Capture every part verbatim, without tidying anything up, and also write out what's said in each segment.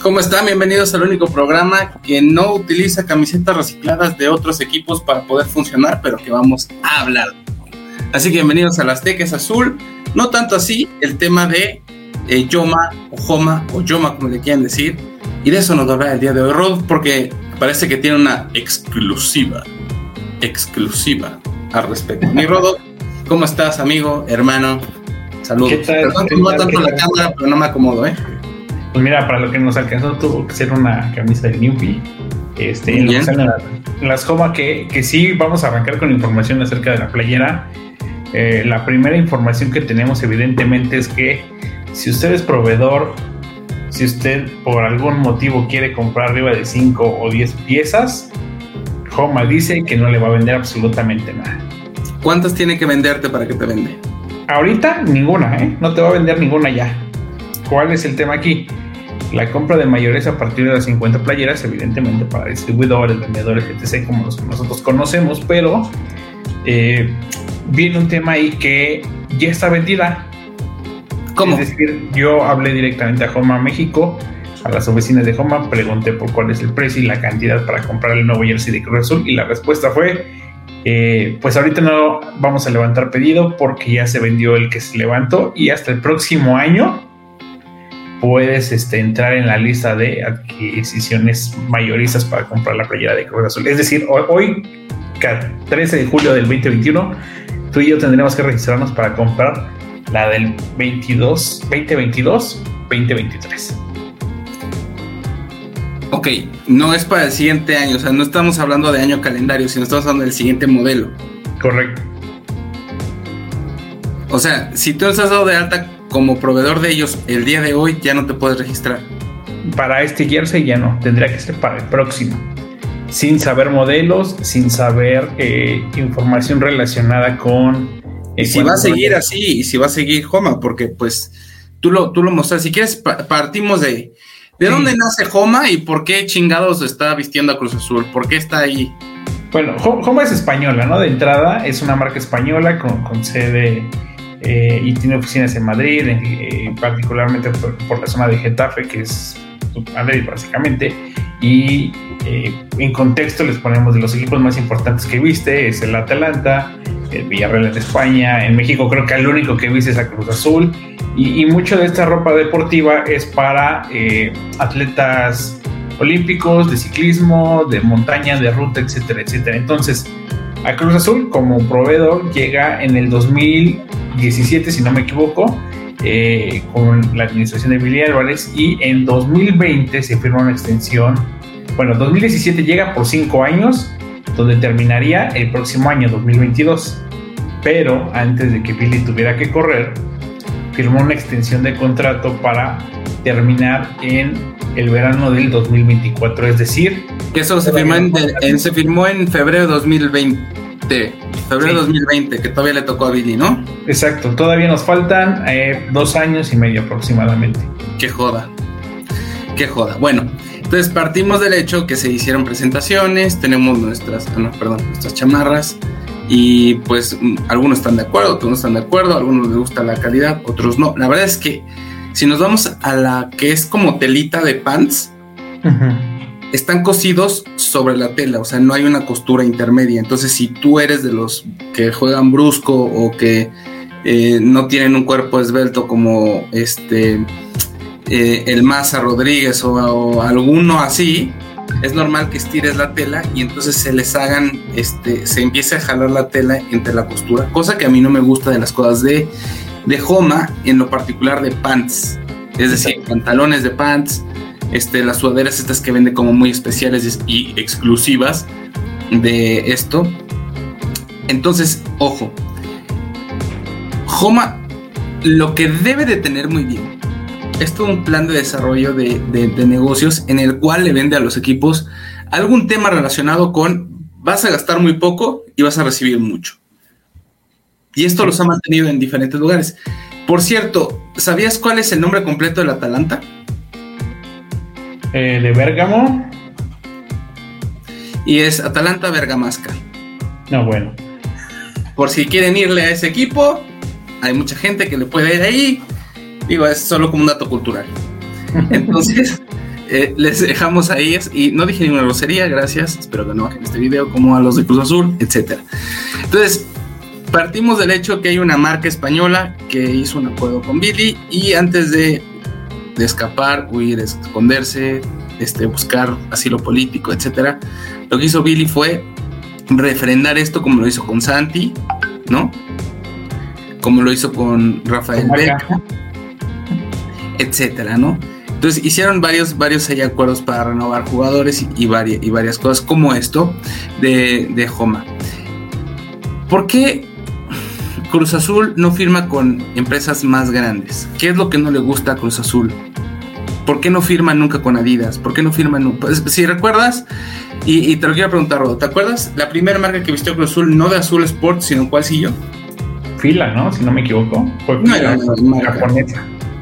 ¿Cómo están? Bienvenidos al único programa que no utiliza camisetas recicladas de otros equipos para poder funcionar, pero que vamos a hablar. Así que bienvenidos a la Azteca es Azul. No tanto así el tema de eh, Yoma o Joma o Yoma, como le quieran decir. Y de eso nos va a hablar el día de hoy Rod, porque parece que tiene una exclusiva, exclusiva al respecto. Mi Rodo, ¿cómo estás, amigo, hermano? Saludos. ¿Qué tal? Perdón que no va tanto la cámara, pero no me acomodo, ¿eh? Pues mira, para lo que nos alcanzó tuvo que ser una camisa de Newbie. Este, en las, las Joma que, que sí vamos a arrancar con información acerca de la playera. Eh, la primera información que tenemos evidentemente es que si usted es proveedor, si usted por algún motivo quiere comprar arriba de cinco o diez piezas, Joma dice que no le va a vender absolutamente nada. ¿Cuántas tiene que venderte para que te vende? Ahorita ninguna, ¿eh? No te va a vender ninguna ya. ¿Cuál es el tema aquí? La compra de mayores a partir de las cincuenta playeras, evidentemente para distribuidores, vendedores, etcétera, como los que nosotros conocemos, pero eh, viene un tema ahí que ya está vendida. ¿Cómo? Es decir, yo hablé directamente a Joma México, a las oficinas de Joma, pregunté por cuál es el precio y la cantidad para comprar el nuevo jersey de Cruz Azul, y la respuesta fue, eh, pues ahorita no vamos a levantar pedido porque ya se vendió el que se levantó, y hasta el próximo año puedes este, entrar en la lista de adquisiciones mayoristas para comprar la playera de Cruz Azul. Es decir, hoy, hoy trece de julio del veinte veintiuno, tú y yo tendremos que registrarnos para comprar la del veintidós, veinte veintidós, veinte veintitrés. Ok, no es para el siguiente año, o sea, no estamos hablando de año calendario, sino estamos hablando del siguiente modelo. Correcto. O sea, si tú estás dado de alta como proveedor de ellos el día de hoy, ya no te puedes registrar. Para este jersey ya no, tendría que ser para el próximo. Sin saber modelos, sin saber eh, información relacionada con... Y si va a seguir así, y si va a seguir Joma, porque pues tú lo, tú lo mostraste. Si quieres, pa- partimos de... ¿De sí. dónde nace Joma y por qué chingados está vistiendo a Cruz Azul? ¿Por qué está ahí? Bueno, Joma es española, ¿no? De entrada, es una marca española con, con sede... Eh, y tiene oficinas en Madrid, eh, particularmente por, por la zona de Getafe, que es Madrid básicamente, y eh, en contexto les ponemos de los equipos más importantes que viste, es el Atalanta, el Villarreal en España, en México creo que el único que viste es a Cruz Azul, y, y mucho de esta ropa deportiva es para eh, atletas olímpicos, de ciclismo, de montaña, de ruta, etcétera, etcétera. Entonces, a Cruz Azul como proveedor llega en el dos mil diecisiete, si no me equivoco, eh, con la administración de Billy Álvarez, y en dos mil veinte se firma una extensión. Bueno, dos mil diecisiete llega por cinco años, donde terminaría el próximo año, dos mil veintidós. Pero antes de que Billy tuviera que correr, firmó una extensión de contrato para terminar en el verano del dos mil veinticuatro, es decir... Que eso se firmó en, en, se firmó en febrero de dos mil veinte, febrero de sí. dos mil veinte, que todavía le tocó a Billy, ¿no? Exacto, todavía nos faltan eh, dos años y medio aproximadamente. Qué joda, qué joda. Bueno, entonces partimos del hecho que se hicieron presentaciones, tenemos nuestras, no, perdón, nuestras chamarras, y pues algunos están de acuerdo, otros no están de acuerdo, a algunos les gusta la calidad, otros no. La verdad es que si nos vamos a la que es como telita de pants, uh-huh. están cosidos sobre la tela, o sea, no hay una costura intermedia. Entonces, si tú eres de los que juegan brusco o que eh, no tienen un cuerpo esbelto como este eh, el Maza Rodríguez o, o alguno así, es normal que estires la tela y entonces se les hagan, este, se empiece a jalar la tela entre la costura, cosa que a mí no me gusta de las cosas de de Joma, en lo particular de pants, es decir, sí. pantalones de pants, este, las sudaderas estas que venden como muy especiales y exclusivas de esto. Entonces, ojo, Joma lo que debe de tener muy bien es todo un plan de desarrollo de, de, de negocios en el cual le vende a los equipos algún tema relacionado con vas a gastar muy poco y vas a recibir mucho. Y esto los ha mantenido en diferentes lugares. Por cierto, ¿sabías cuál es el nombre completo del Atalanta? Eh, de Bérgamo. Y es Atalanta Bergamasca. No, bueno. Por si quieren irle a ese equipo, hay mucha gente que le puede ir ahí. Digo, es solo como un dato cultural. Entonces, eh, les dejamos ahí, y no dije ninguna grosería, gracias, espero que no bajen este video, como a los de Cruz Azul, etcétera. Entonces, partimos del hecho que hay una marca española que hizo un acuerdo con Billy, y antes de, de escapar, huir, esconderse, este, buscar asilo político, etcétera, lo que hizo Billy fue refrendar esto, como lo hizo con Santi, ¿no? Como lo hizo con Rafael Beck, etcétera, ¿no? Entonces hicieron varios, varios ahí acuerdos para renovar jugadores y, y, varias, y varias cosas como esto de, de Joma. ¿Por qué Cruz Azul no firma con empresas más grandes? ¿Qué es lo que no le gusta a Cruz Azul? ¿Por qué no firma nunca con Adidas? ¿Por qué no firma nunca? Pues, si recuerdas, y, y te lo quiero preguntar, Rodo, ¿te acuerdas la primera marca que vistió Cruz Azul, no de Azul Sport, sino cuál siguió? Fila, ¿no? Si no me equivoco. Fue no era una marca japonesa.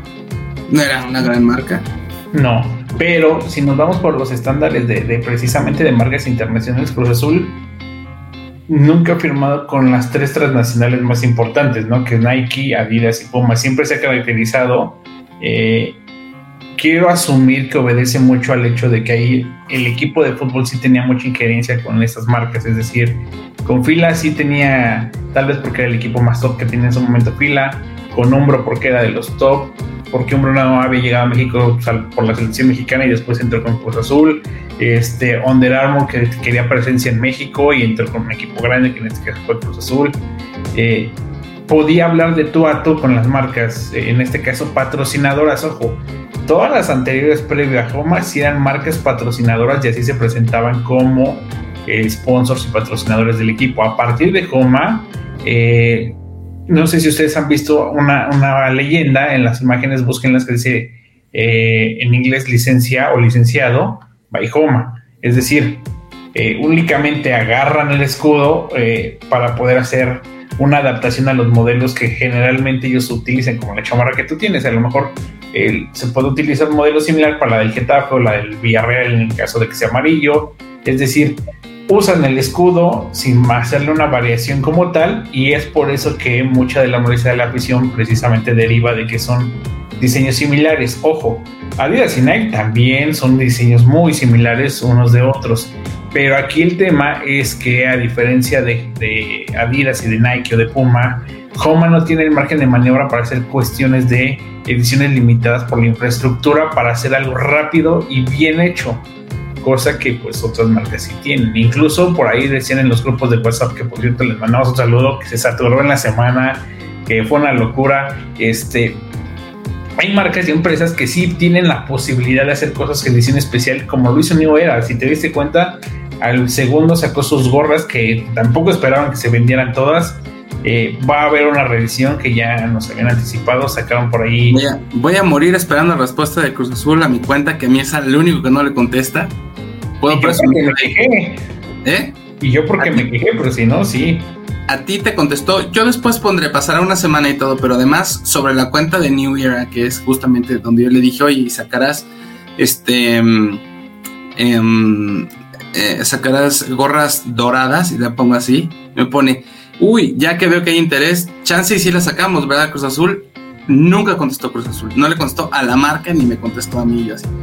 No era una gran marca. No, pero si nos vamos por los estándares de, de precisamente de marcas internacionales, Cruz Azul nunca ha firmado con las tres transnacionales más importantes, ¿no? Que es Nike, Adidas y Puma. Siempre se ha caracterizado. Eh, quiero asumir que obedece mucho al hecho de que ahí el equipo de fútbol sí tenía mucha injerencia con esas marcas, es decir, con Fila sí tenía, tal vez porque era el equipo más top que tenía en su momento Fila, con Umbro porque era de los top, porque Umbro no había llegado a México, o sea, por la selección mexicana, y después entró con Cruz Azul, este, Under Armour que quería presencia en México y entró con un equipo grande que en este caso fue Cruz Azul. eh, podía hablar de tú a tú con las marcas, eh, en este caso patrocinadoras, ojo, todas las anteriores previo a Joma sí eran marcas patrocinadoras y así se presentaban como eh, sponsors y patrocinadores del equipo. A partir de Joma, eh, no sé si ustedes han visto una, una leyenda en las imágenes, búsquenlas, que dice eh, en inglés licencia o licenciado by Joma, es decir, eh, únicamente agarran el escudo eh, para poder hacer una adaptación a los modelos que generalmente ellos utilizan, como la chamarra que tú tienes. A lo mejor eh, se puede utilizar un modelo similar para la del Getafe o la del Villarreal en el caso de que sea amarillo, es decir, usan el escudo sin hacerle una variación como tal, y es por eso que mucha de la molestia de la afición precisamente deriva de que son diseños similares. Ojo, Adidas y Nike también son diseños muy similares unos de otros, pero aquí el tema es que a diferencia de, de Adidas y de Nike o de Puma, Joma no tiene el margen de maniobra para hacer cuestiones de ediciones limitadas por la infraestructura para hacer algo rápido y bien hecho, cosa que pues otras marcas sí tienen. Incluso por ahí decían en los grupos de WhatsApp, que por cierto les mandamos un saludo, que se saturó en la semana, que fue una locura. Este, hay marcas y empresas que sí tienen la posibilidad de hacer cosas que edición especial, como lo hizo New Era. Si te diste cuenta, al segundo sacó sus gorras que tampoco esperaban que se vendieran todas. Eh, va a haber una reedición que ya nos habían anticipado, sacaron por ahí. Voy a, voy a morir esperando la respuesta de Cruz Azul a mi cuenta, que a mí es el único que no le contesta. Puedo y yo porque me quejé. ¿Eh? Y yo porque me quejé, pero si no, sí. A ti te contestó. Yo después pondré, pasará una semana y todo, pero además sobre la cuenta de New Era, que es justamente donde yo le dije, oye, sacarás este um, um, eh, sacarás gorras doradas, y le pongo así, me pone, uy, ya que veo que hay interés, chance y sí la sacamos, ¿verdad, Cruz Azul? Nunca contestó Cruz Azul, no le contestó a la marca ni me contestó a mí, yo así.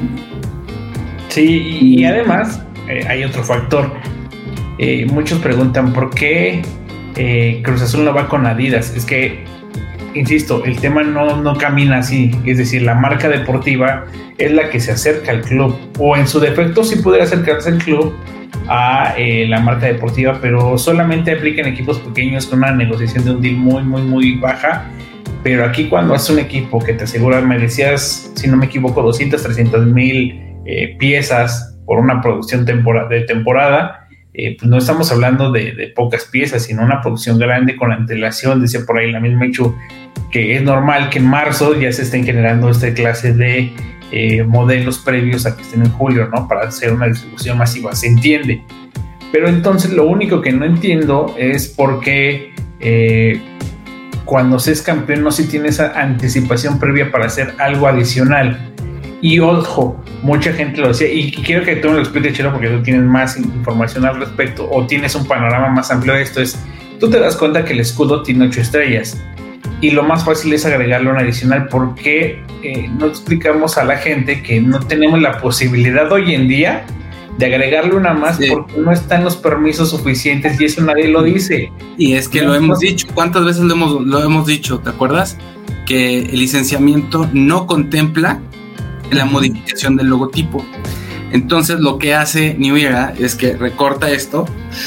Sí, y además eh, hay otro factor. Eh, muchos preguntan por qué eh, Cruz Azul no va con Adidas. Es que, insisto, el tema no, no camina así. Es decir, la marca deportiva es la que se acerca al club, o en su defecto sí pudiera acercarse al club a eh, la marca deportiva, pero solamente aplica en equipos pequeños con una negociación de un deal muy, muy, muy baja. Pero aquí, cuando haces un equipo que te asegura, me decías, si no me equivoco, doscientas, trescientas mil eh, piezas por una producción tempora- de temporada, Eh, pues no estamos hablando de, de pocas piezas, sino una producción grande con antelación. Decía por ahí la misma Michu que es normal que en marzo ya se estén generando esta clase de eh, modelos previos a que estén en julio, ¿no? Para hacer una distribución masiva, se entiende. Pero entonces lo único que no entiendo es por qué eh, cuando se es campeón no se tiene esa anticipación previa para hacer algo adicional. Y ojo, mucha gente lo decía, y quiero que tú me lo expliques, Chelo, porque tú tienes más información al respecto, o tienes un panorama más amplio de esto. Es, tú te das cuenta que el escudo tiene ocho estrellas, y lo más fácil es agregarle un adicional. Porque eh, no explicamos a la gente que no tenemos la posibilidad hoy en día de agregarle una más, sí, porque no están los permisos suficientes y eso nadie lo dice. Y es que no, lo hemos dicho, ¿cuántas veces lo hemos, lo hemos dicho? ¿Te acuerdas? Que el licenciamiento no contempla la modificación del logotipo. Entonces lo que hace New Era es que recorta esto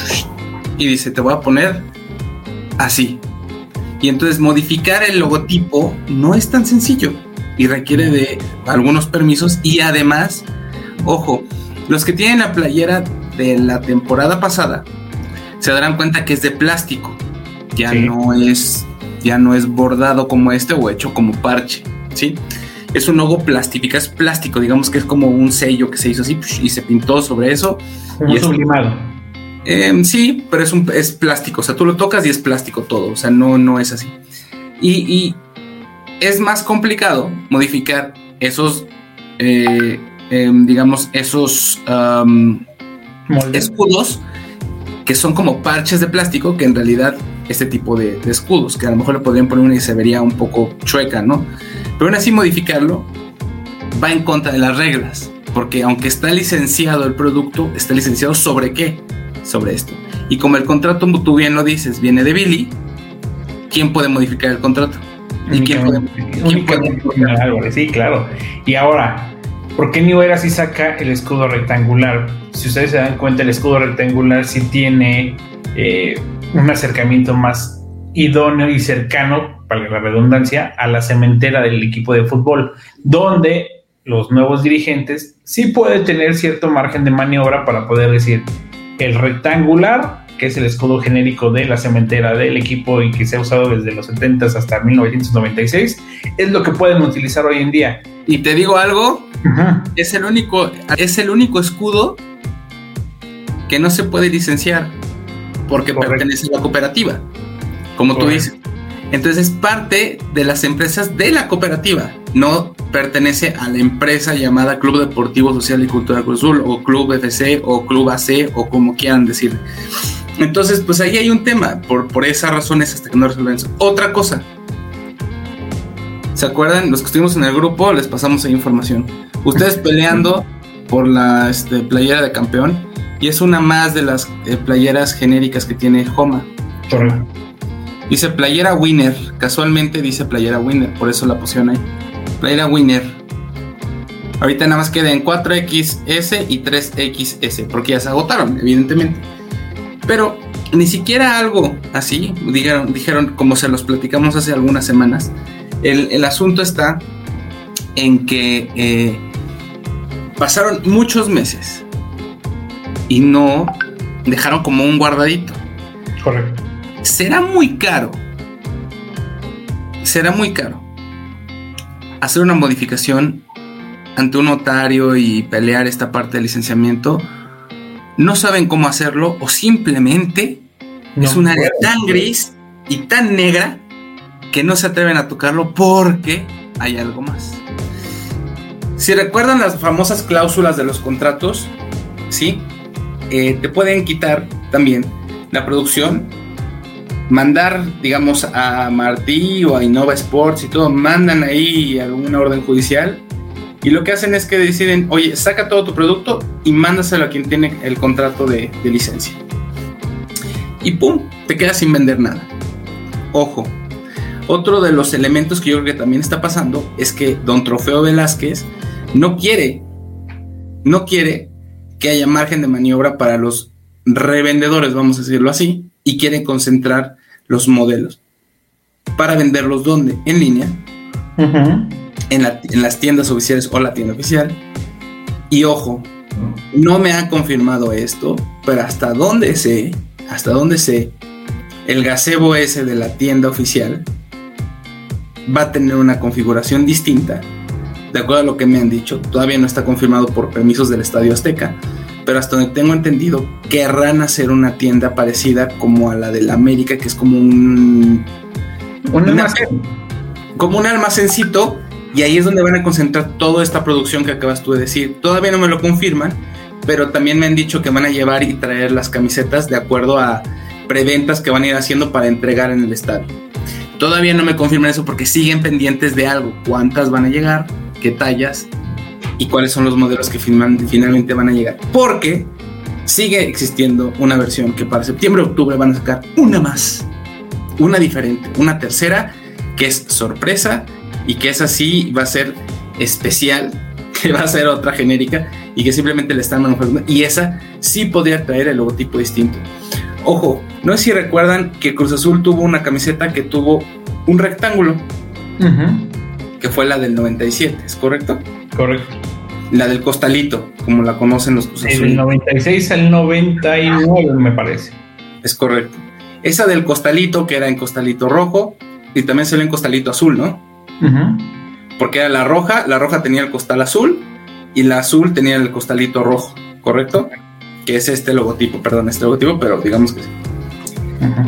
y dice, te voy a poner así. Y entonces modificar el logotipo no es tan sencillo y requiere de algunos permisos. Y además, ojo, los que tienen la playera de la temporada pasada se darán cuenta que es de plástico, ya sí. no es ya no es bordado como este o hecho como parche, ¿sí? Es un logo plastificado, es plástico, digamos que es como un sello que se hizo así y se pintó sobre eso. Como y sublimado. Es, eh, sí, pero es un es plástico, o sea, tú lo tocas y es plástico todo, o sea, no, no es así. Y, y es más complicado modificar esos eh, Eh, digamos esos um, escudos que son como parches de plástico, que en realidad este tipo de, de escudos que a lo mejor le podrían poner una y se vería un poco chueca, ¿no? Pero aún así modificarlo va en contra de las reglas, porque aunque está licenciado el producto, está licenciado sobre qué, sobre esto, y como el contrato, tú bien lo dices, viene de Billy, ¿quién puede modificar el contrato? ¿Y quién puede, quién puede modificar algo? Sí, claro. Y ahora, ¿por qué New Era sí saca el escudo rectangular? Si ustedes se dan cuenta, el escudo rectangular sí tiene eh, un acercamiento más idóneo y cercano, para la redundancia, a la cementera del equipo de fútbol, donde los nuevos dirigentes sí pueden tener cierto margen de maniobra para poder decir, el rectangular, que es el escudo genérico de la cementera del equipo y que se ha usado desde los setentas hasta mil novecientos noventa y seis, es lo que pueden utilizar hoy en día. Y te digo algo, uh-huh. es el único, es el único escudo que no se puede licenciar porque Correcto. pertenece a la cooperativa, como Correcto. tú dices. Entonces es parte de las empresas de la cooperativa, no pertenece a la empresa llamada Club Deportivo Social y Cultural Cruz Azul o Club F C o Club A C o como quieran decir. Entonces pues ahí hay un tema, por, por esas razones hasta que no resuelven eso. Otra cosa, ¿se acuerdan? Los que estuvimos en el grupo les pasamos ahí información. Ustedes peleando por la este, playera de campeón, y es una más de las eh, playeras genéricas que tiene Homa. Correcto. Dice playera Winner, casualmente dice playera Winner, por eso la pusieron ahí. Playera Winner. Ahorita nada más queda en cuatro equis ese y tres equis ese, porque ya se agotaron, evidentemente. Pero ni siquiera algo así, dijeron, dijeron como se los platicamos hace algunas semanas. El, el asunto está en que eh, pasaron muchos meses y no dejaron como un guardadito. Correcto. Será muy caro, será muy caro hacer una modificación ante un notario y pelear esta parte del licenciamiento. No saben cómo hacerlo o simplemente no, es un área tan gris y tan negra que no se atreven a tocarlo porque hay algo más. Si recuerdan las famosas cláusulas de los contratos, ¿sí? Eh, te pueden quitar también la producción, mandar, digamos, a Martí o a Innova Sports y todo, mandan ahí alguna orden judicial y lo que hacen es que deciden, oye, saca todo tu producto y mándaselo a quien tiene el contrato de, de licencia. Y pum, te quedas sin vender nada. Ojo. Otro de los elementos que yo creo que también está pasando es que don Trofeo Velázquez no quiere, no quiere que haya margen de maniobra para los revendedores, vamos a decirlo así, y quieren concentrar los modelos para venderlos ¿dónde? En línea, uh-huh. en, la, en las tiendas oficiales o la tienda oficial. Y ojo, no me han confirmado esto, pero hasta donde sé, hasta donde sé, el gazebo ese de la tienda oficial va a tener una configuración distinta, de acuerdo a lo que me han dicho. Todavía no está confirmado por permisos del Estadio Azteca, pero hasta donde tengo entendido, querrán hacer una tienda parecida como a la del América, que es como un... Un almacén. Como un almacencito, y ahí es donde van a concentrar toda esta producción que acabas tú de decir. Todavía no me lo confirman, pero también me han dicho que van a llevar y traer las camisetas de acuerdo a preventas que van a ir haciendo para entregar en el estadio. Todavía no me confirman eso porque siguen pendientes de algo. ¿Cuántas van a llegar? ¿Qué tallas? ¿Y cuáles son los modelos que finalmente van a llegar? Porque sigue existiendo una versión que para septiembre o octubre van a sacar una más. Una diferente. Una tercera que es sorpresa y que esa sí va a ser especial, que va a ser otra genérica y que simplemente le están manufacturando. Y esa sí podría traer el logotipo distinto. Ojo, no sé si recuerdan que Cruz Azul tuvo una camiseta que tuvo un rectángulo, uh-huh. que fue la del noventa y siete, ¿es correcto? Correcto. La del costalito, como la conocen los Cruz Azul. Del noventa y seis al noventa y nueve, me parece. Es correcto. Esa del costalito, que era en costalito rojo, y también salió en costalito azul, ¿no? Uh-huh. Porque era la roja, la roja tenía el costal azul, y la azul tenía el costalito rojo, ¿correcto? Que es este logotipo, perdón, este logotipo, pero digamos que sí. Uh-huh.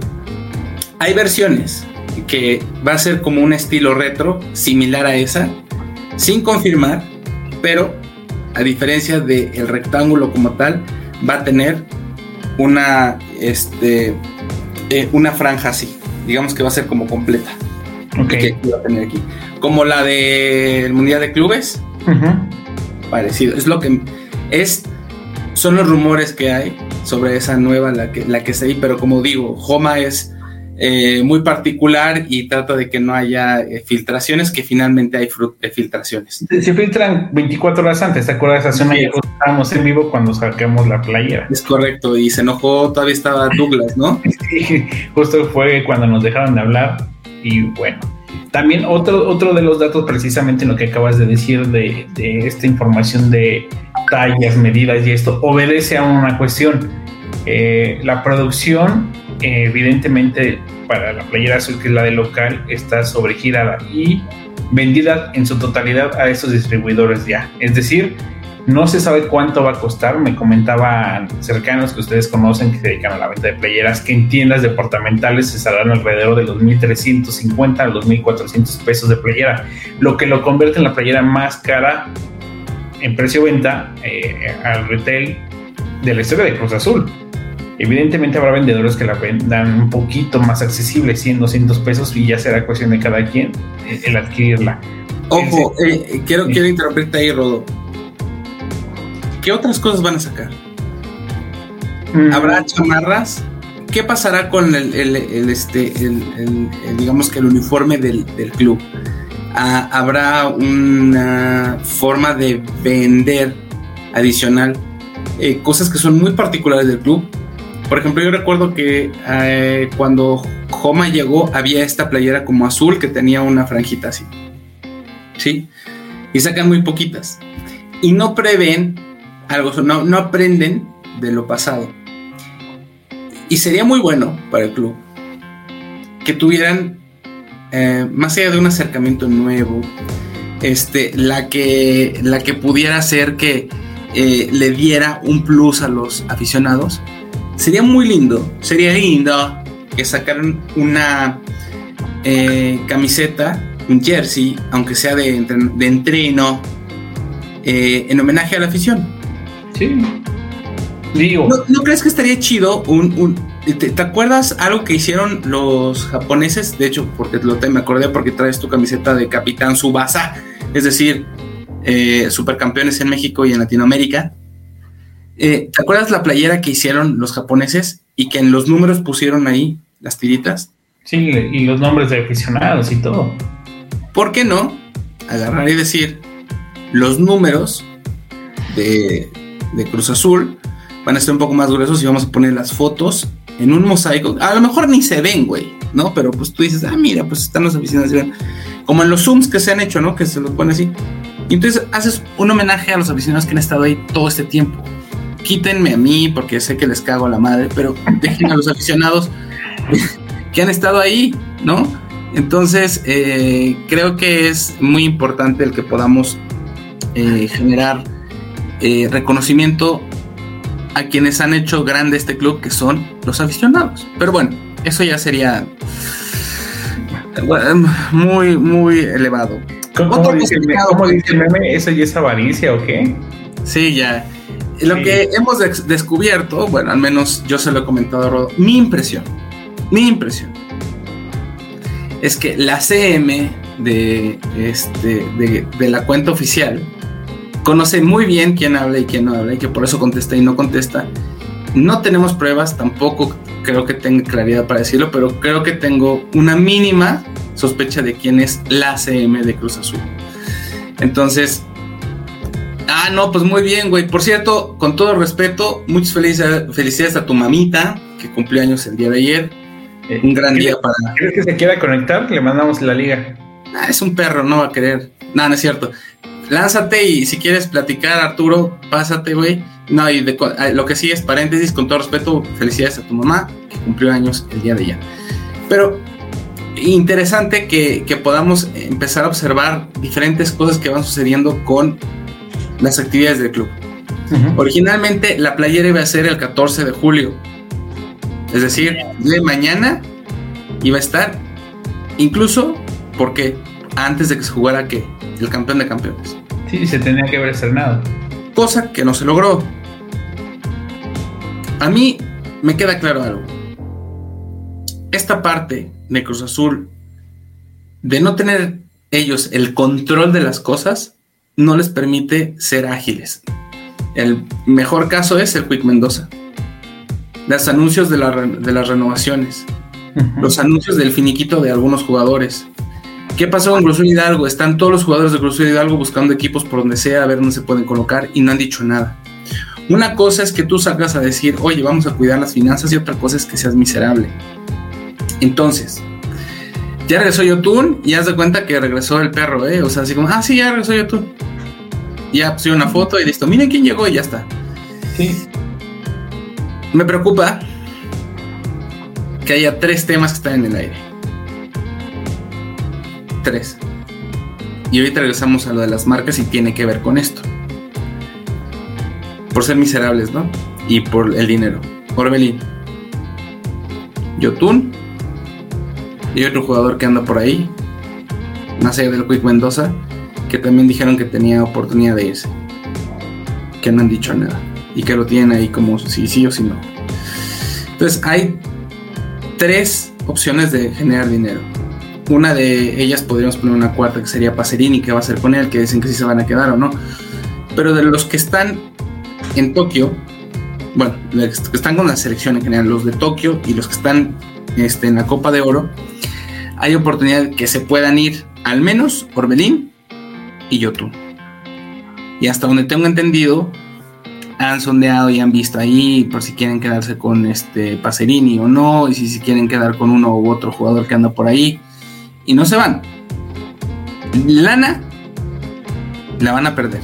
Hay versiones que va a ser como un estilo retro, similar a esa, sin confirmar, pero a diferencia del rectángulo como tal, va a tener una, este, eh, una franja así. Digamos que va a ser como completa. Okay. Que va a tener aquí. Como la del Mundial de Clubes. Uh-huh. Parecido. Es lo que es. Son los rumores que hay sobre esa nueva, la que, la que está ahí, pero como digo, Joma es eh, muy particular y trata de que no haya eh, filtraciones, que finalmente hay fru- eh, filtraciones. Se, se filtran veinticuatro horas antes, ¿te acuerdas? Hace un año estábamos en vivo cuando sacamos la playera. Es correcto, y se enojó, todavía estaba Douglas, ¿no? Sí, justo fue cuando nos dejaron de hablar y bueno. También otro, otro de los datos, precisamente en lo que acabas de decir de, de esta información de tallas, medidas y esto, obedece a una cuestión. Eh, la producción, eh, evidentemente, para la playera azul, que es la de local, está sobregirada y vendida en su totalidad a estos distribuidores ya. Es decir, no se sabe cuánto va a costar. Me comentaban cercanos que ustedes conocen que se dedican a la venta de playeras que en tiendas departamentales se saldrán alrededor de los mil trescientos cincuenta a los mil cuatrocientos pesos de playera, lo que lo convierte en la playera más cara en precio-venta eh, al retail de la historia de Cruz Azul. Evidentemente habrá vendedores que la vendan un poquito más accesible, cien, doscientos pesos, y ya será cuestión de cada quien eh, el adquirirla. Ojo, eh, quiero, sí. quiero interrumpirte ahí, Rodo. ¿Qué otras cosas van a sacar? Mm. ¿Habrá chamarras? ¿Qué pasará con el, el, el este, el, el, el, digamos que el uniforme del, del club? Ah, ¿habrá una forma de vender adicional eh, cosas que son muy particulares del club? Por ejemplo, yo recuerdo que eh, cuando Joma llegó había esta playera como azul que tenía una franjita así, ¿sí? Y sacan muy poquitas y no prevén algo, no, no aprenden de lo pasado. Y sería muy bueno para el club que tuvieran, eh, más allá de un acercamiento nuevo, este, la que, la que pudiera hacer que eh, le diera un plus a los aficionados. Sería muy lindo, sería lindo que sacaran una eh, camiseta, un jersey, aunque sea de, de entreno, eh, en homenaje a la afición. Sí. Digo. ¿No, ¿no crees que estaría chido un, un te, ¿te acuerdas algo que hicieron los japoneses? De hecho, porque lo te me acordé porque traes tu camiseta de Capitán Tsubasa, es decir, eh, supercampeones en México y en Latinoamérica. Eh, ¿Te acuerdas la playera que hicieron los japoneses y que en los números pusieron ahí las tiritas? Sí, y los nombres de aficionados y todo. ¿Por qué no agarrar y decir los números de de Cruz Azul van a ser un poco más gruesos y vamos a poner las fotos en un mosaico? A lo mejor ni se ven, güey, ¿no? Pero pues tú dices, ah, mira, pues están los aficionados, como en los zooms que se han hecho, ¿no? Que se los ponen así. Y entonces haces un homenaje a los aficionados que han estado ahí todo este tiempo. Quítenme a mí porque sé que les cago a la madre, pero dejen a los aficionados que han estado ahí, ¿no? Entonces eh, creo que es muy importante el que podamos eh, generar Eh, reconocimiento a quienes han hecho grande este club, que son los aficionados. Pero bueno, eso ya sería bueno, muy, muy elevado. ¿Cómo, ¿Cómo dice, ¿cómo dice el meme? ¿Eso ya es avaricia o qué? Sí, ya. Lo sí. que hemos de- descubierto, bueno, al menos yo se lo he comentado a Rodo, mi impresión, mi impresión, es que la C M de, este, de, de la cuenta oficial conoce muy bien quién habla y quién no habla, y que por eso contesta y no contesta. No tenemos pruebas, tampoco creo que tenga claridad para decirlo, pero creo que tengo una mínima sospecha de quién es la C M de Cruz Azul. Entonces, ah, no, pues muy bien, güey. Por cierto, con todo respeto, muchas felicidades, felicidades a tu mamita, que cumplió años el día de ayer. Eh, un gran día para... ¿Quieres que se quiera conectar? Le mandamos la liga. Ah, es un perro, no va a querer. No, no es cierto. Lánzate y si quieres platicar, Arturo, pásate, güey. No, y de, lo que sí es paréntesis, con todo respeto, felicidades a tu mamá, que cumplió años el día de ayer. Pero interesante que, que podamos empezar a observar diferentes cosas que van sucediendo con las actividades del club. Uh-huh. Originalmente la playera iba a ser el catorce de julio, es decir, de mañana iba a estar, incluso porque antes de que se jugara ¿qué? El campeón de campeones. Sí, se tenía que haber estrenado. Cosa que no se logró. A mí me queda claro algo. Esta parte de Cruz Azul, de no tener ellos el control de las cosas, no les permite ser ágiles. El mejor caso es el Quick Mendoza. Los anuncios de, la, de las renovaciones. Uh-huh. Los anuncios del finiquito de algunos jugadores. ¿Qué pasó con Cruz Azul Hidalgo? Están todos los jugadores de Cruz Azul Hidalgo buscando equipos por donde sea, a ver dónde se pueden colocar, y no han dicho nada. Una cosa es que tú salgas a decir, oye, vamos a cuidar las finanzas, y otra cosa es que seas miserable. Entonces, ya regresó Yotun, y haz de cuenta que regresó el perro, ¿eh? O sea, así como, ah, sí, ya regresó Yotun. Ya puse una foto y listo, miren quién llegó y ya está. Sí. Me preocupa que haya tres temas que están en el aire. Tres. Y ahorita regresamos a lo de las marcas y tiene que ver con esto. Por ser miserables, ¿no? Y por el dinero. Orbelín, Yotun y otro jugador que anda por ahí, más allá del Quick Mendoza, que también dijeron que tenía oportunidad de irse, que no han dicho nada y que lo tienen ahí como si sí o si no. Entonces hay tres opciones de generar dinero. Una de ellas podríamos poner una cuarta, que sería Pacerini, que va a hacer con él, que dicen que sí se van a quedar o no. Pero de los que están en Tokio, bueno, los que están con la selección en general, los de Tokio y los que están este, en la Copa de Oro, hay oportunidad que se puedan ir al menos Orbelín y Yotun. Y hasta donde tengo entendido, han sondeado y han visto ahí por si quieren quedarse con este Pacerini o no, y si se quieren quedar con uno u otro jugador que anda por ahí. Y no se van. Lana la van a perder.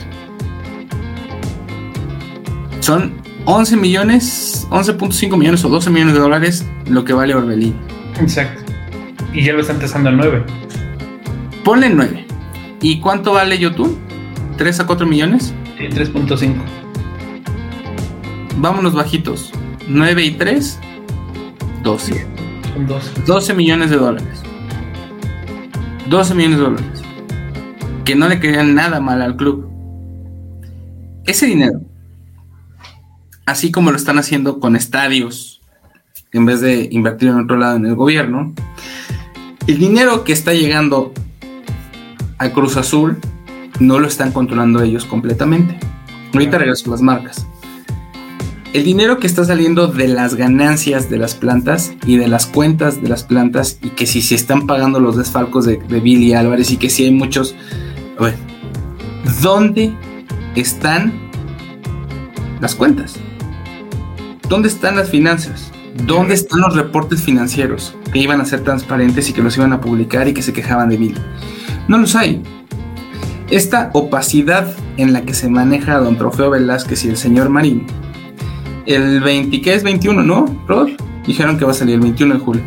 Son once millones, once punto cinco millones o doce millones de dólares lo que vale Orbelín. Exacto. Y ya lo están empezando a nueve. Ponle nueve. ¿Y cuánto vale Yotun? ¿tres a cuatro millones? Sí, tres punto cinco. Vámonos bajitos. nueve y tres, doce. Son doce. doce millones de dólares. doce millones de dólares. Que no le querían nada mal al club. Ese dinero, así como lo están haciendo con estadios, en vez de invertir en otro lado en el gobierno, el dinero que está llegando a Cruz Azul no lo están controlando ellos completamente. Ahorita regreso a las marcas. El dinero que está saliendo de las ganancias de las plantas y de las cuentas de las plantas, y que si se están pagando los desfalcos de, de Billy Álvarez, y que si hay muchos... A ver, ¿dónde están las cuentas? ¿Dónde están las finanzas? ¿Dónde están los reportes financieros que iban a ser transparentes y que los iban a publicar y que se quejaban de Billy? No los hay. Esta opacidad en la que se maneja a don Trofeo Velázquez y el señor Marín, el veinte, ¿qué es? veintiuno, ¿no, Rod? Dijeron que va a salir el veintiuno de julio.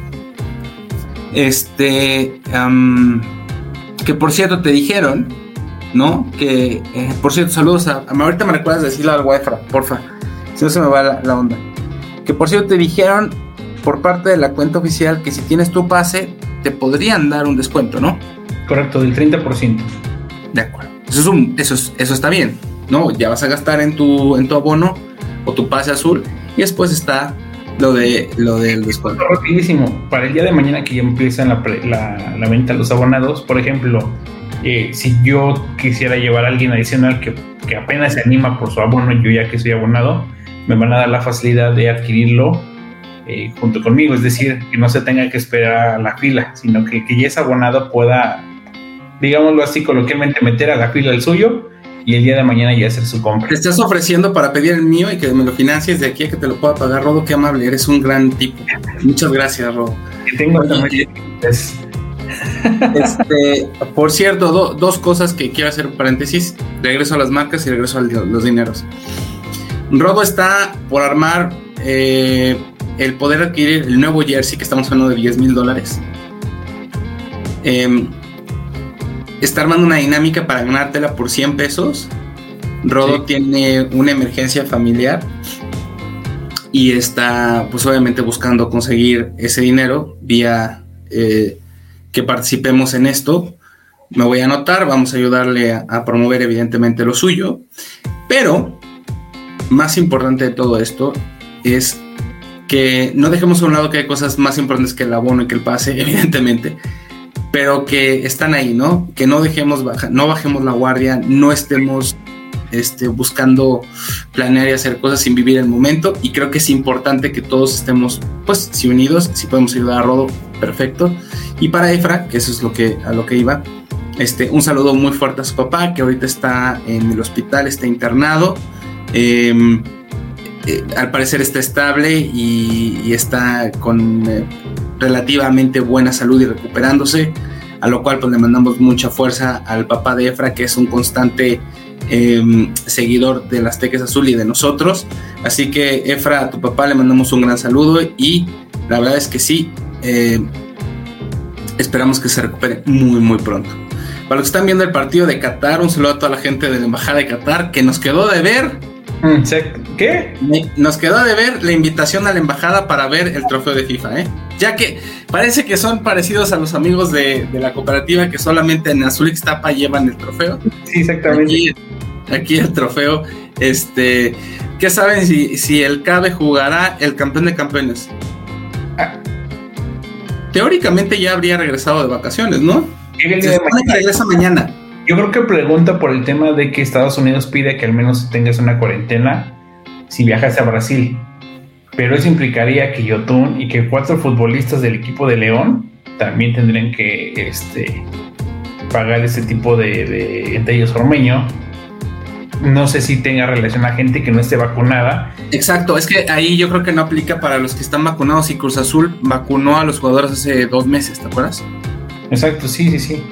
Este, um, que por cierto te dijeron, ¿no? Que, eh, por cierto, saludos a, a, ahorita me recuerdas de decirle al Efra, porfa, si no se me va la, la onda. Que por cierto te dijeron por parte de la cuenta oficial que si tienes tu pase te podrían dar un descuento, ¿no? Correcto, del treinta por ciento. De acuerdo. Eso es un, eso es, eso está bien, ¿no? Ya vas a gastar en tu, en tu abono o tu pase azul, y después está lo de lo del descuento. Rapidísimo, para el día de mañana que ya empiezan la, pre, la, la venta de los abonados, por ejemplo, eh, si yo quisiera llevar a alguien adicional que, que apenas se anima por su abono, yo ya que soy abonado, me van a dar la facilidad de adquirirlo eh, junto conmigo, es decir, que no se tenga que esperar a la fila, sino que, que ya ese abonado pueda, digámoslo así coloquialmente, meter a la fila el suyo y el día de mañana ya hacer su compra. Te estás ofreciendo para pedir el mío y que me lo financies de aquí a que te lo pueda pagar, Rodo. Qué amable, eres un gran tipo. Muchas gracias, Rodo. Que tengo también. Este, por cierto, do, dos cosas que quiero hacer paréntesis. Regreso a las marcas y regreso a los dineros. Rodo está por armar eh, el poder adquirir el nuevo jersey que estamos hablando de diez mil dólares. Eh, Está armando una dinámica para ganártela por cien pesos. Rodo sí. Tiene una emergencia familiar y está, pues obviamente, buscando conseguir ese dinero vía eh, que participemos en esto. Me voy a anotar, vamos a ayudarle a, a promover evidentemente lo suyo. Pero, más importante de todo esto es que no dejemos a un lado que hay cosas más importantes que el abono y que el pase, evidentemente. Pero que están ahí, ¿no? Que no dejemos baja, no bajemos la guardia, no estemos este, buscando planear y hacer cosas sin vivir el momento. Y creo que es importante que todos estemos, pues, si unidos, si podemos ayudar a Rodo, perfecto. Y para Efra, que eso es lo que, a lo que iba, este, un saludo muy fuerte a su papá, que ahorita está en el hospital, está internado. Eh, eh, al parecer está estable y, y está con eh, relativamente buena salud y recuperándose, a lo cual pues le mandamos mucha fuerza al papá de Efra, que es un constante eh, seguidor del Azteques Azul y de nosotros. Así que Efra, a tu papá le mandamos un gran saludo y la verdad es que sí, eh, esperamos que se recupere muy muy pronto. Para los que están viendo el partido de Qatar, un saludo a toda la gente de la Embajada de Qatar, que nos quedó de ver ¿Qué? Nos quedó de ver la invitación a la embajada para ver el trofeo de FIFA, ¿eh? Ya que parece que son parecidos a los amigos de, de la cooperativa, que solamente en Azul Ixtapa llevan el trofeo. Sí, exactamente. Aquí, aquí el trofeo. Este, ¿qué saben si, si el Cabe jugará el campeón de campeones? Ah. Teóricamente ya habría regresado de vacaciones, ¿no? Se supone que regresa mañana. Yo creo que pregunta por el tema de que Estados Unidos pide que al menos tengas una cuarentena si viajas a Brasil. Pero eso implicaría que Yotun y que cuatro futbolistas del equipo de León también tendrían que este, pagar ese tipo de, de entre ellos Ormeño. No sé si tenga relación a gente que no esté vacunada. Exacto, es que ahí yo creo que no aplica para los que están vacunados, y Cruz Azul vacunó a los jugadores hace dos meses, ¿te acuerdas? Exacto, sí, sí, sí.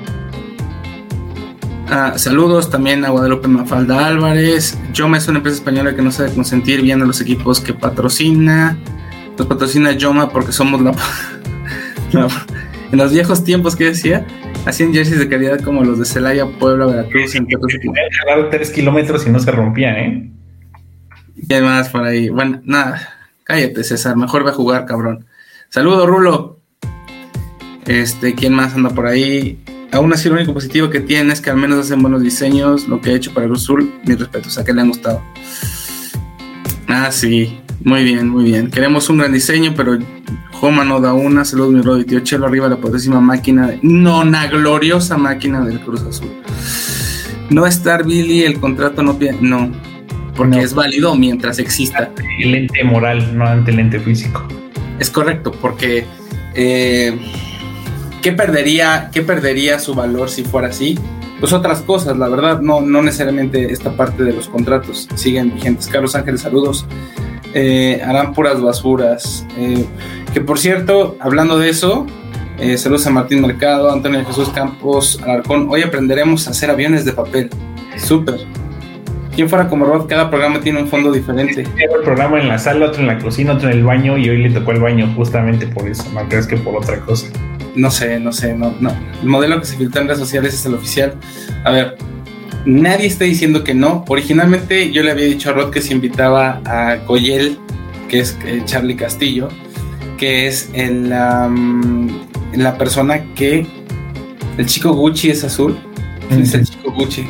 Ah, saludos también a Guadalupe Mafalda Álvarez. Yoma es una empresa española que no sabe consentir bien a los equipos que patrocina. Los patrocina Yoma porque somos la... la... En los viejos tiempos, ¿qué decía? Hacían jerseys de calidad como los de Celaya, Puebla, Veracruz, entre otros equipos. Jalaron tres kilómetros y no se rompían, ¿eh? Y además por ahí. Bueno, nada, cállate, César, mejor ve a jugar, cabrón. Saludos, Rulo. Este, ¿quién más anda por ahí? Aún así, lo único positivo que tiene es que al menos hacen buenos diseños. Lo que he hecho para Cruz Azul, mi respeto, o sea, que le han gustado. Ah, sí, muy bien, muy bien. Queremos un gran diseño, pero Joma no da una. Saludos, mi Rodi, tío Chelo, arriba la poderosísima máquina, de... no, una gloriosa máquina del Cruz Azul. No estar Billy, el contrato no, no, porque no. Es válido mientras exista. El ente moral, no ante el ente físico. Es correcto, porque... Eh, ¿Qué perdería, qué perdería su valor si fuera así? Pues otras cosas, la verdad, no, no necesariamente esta parte de los contratos siguen vigentes. Carlos Ángeles, saludos. Eh, harán puras basuras. Eh, que por cierto, hablando de eso, eh, saludos a Martín Mercado, Antonio Jesús Campos, Alarcón. Hoy aprenderemos a hacer aviones de papel. Súper. Quien fuera como Rod, cada programa tiene un fondo diferente. El programa en la sala, otro en la cocina, otro en el baño, y hoy le tocó el baño justamente por eso, no crees que por otra cosa. No sé, no sé, no, no. El modelo que se filtró en redes sociales es el oficial. A ver, nadie está diciendo que no. Originalmente yo le había dicho a Rod que se invitaba a Coyel, que es eh, Charlie Castillo, que es el, um, la persona que... El chico Gucci es azul. ¿Quién es el chico Gucci?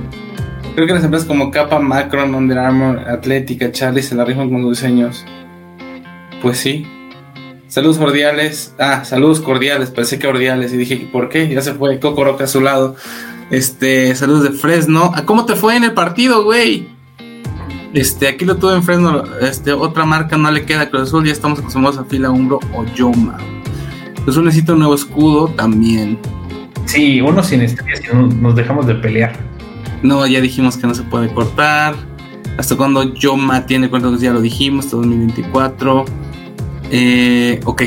Creo que las empresas como Kappa, Macron, Under Armour, Atlética, Charlie se la rifan con los diseños. Pues sí. Saludos cordiales. Ah, saludos cordiales. Pensé que cordiales. Y dije, ¿por qué? Ya se fue Coco Roca a su lado. Este, saludos de Fresno. ¿A cómo te fue en el partido, güey? Este, aquí lo tuve en Fresno. Este, otra marca no le queda a Cruz Azul. Ya estamos acostumbrados a Fila, Umbro o Yoma. Cruz Azul necesita un nuevo escudo también. Sí, uno sin estrellas y nos dejamos de pelear. No, ya dijimos que no se puede cortar. Hasta cuando Yoma tiene cuentos, ya lo dijimos, hasta dos mil veinticuatro. Eh, ok.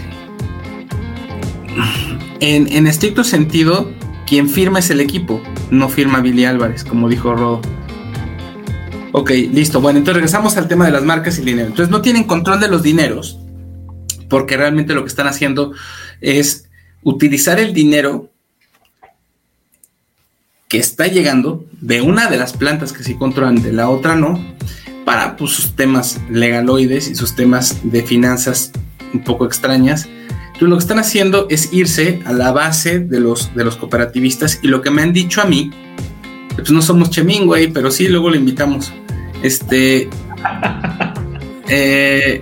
En, en estricto sentido, quien firma es el equipo, no firma Billy Álvarez, como dijo Rodo. Ok, listo. Bueno, entonces regresamos al tema de las marcas y el dinero. Entonces no tienen control de los dineros, porque realmente lo que están haciendo es utilizar el dinero que está llegando de una de las plantas que sí controlan, de la otra no, para pues, sus temas legaloides y sus temas de finanzas un poco extrañas. Entonces lo que están haciendo es irse a la base de los, de los cooperativistas, y lo que me han dicho a mí, pues no somos Chemín, güey, pero sí, luego lo invitamos. Este... eh,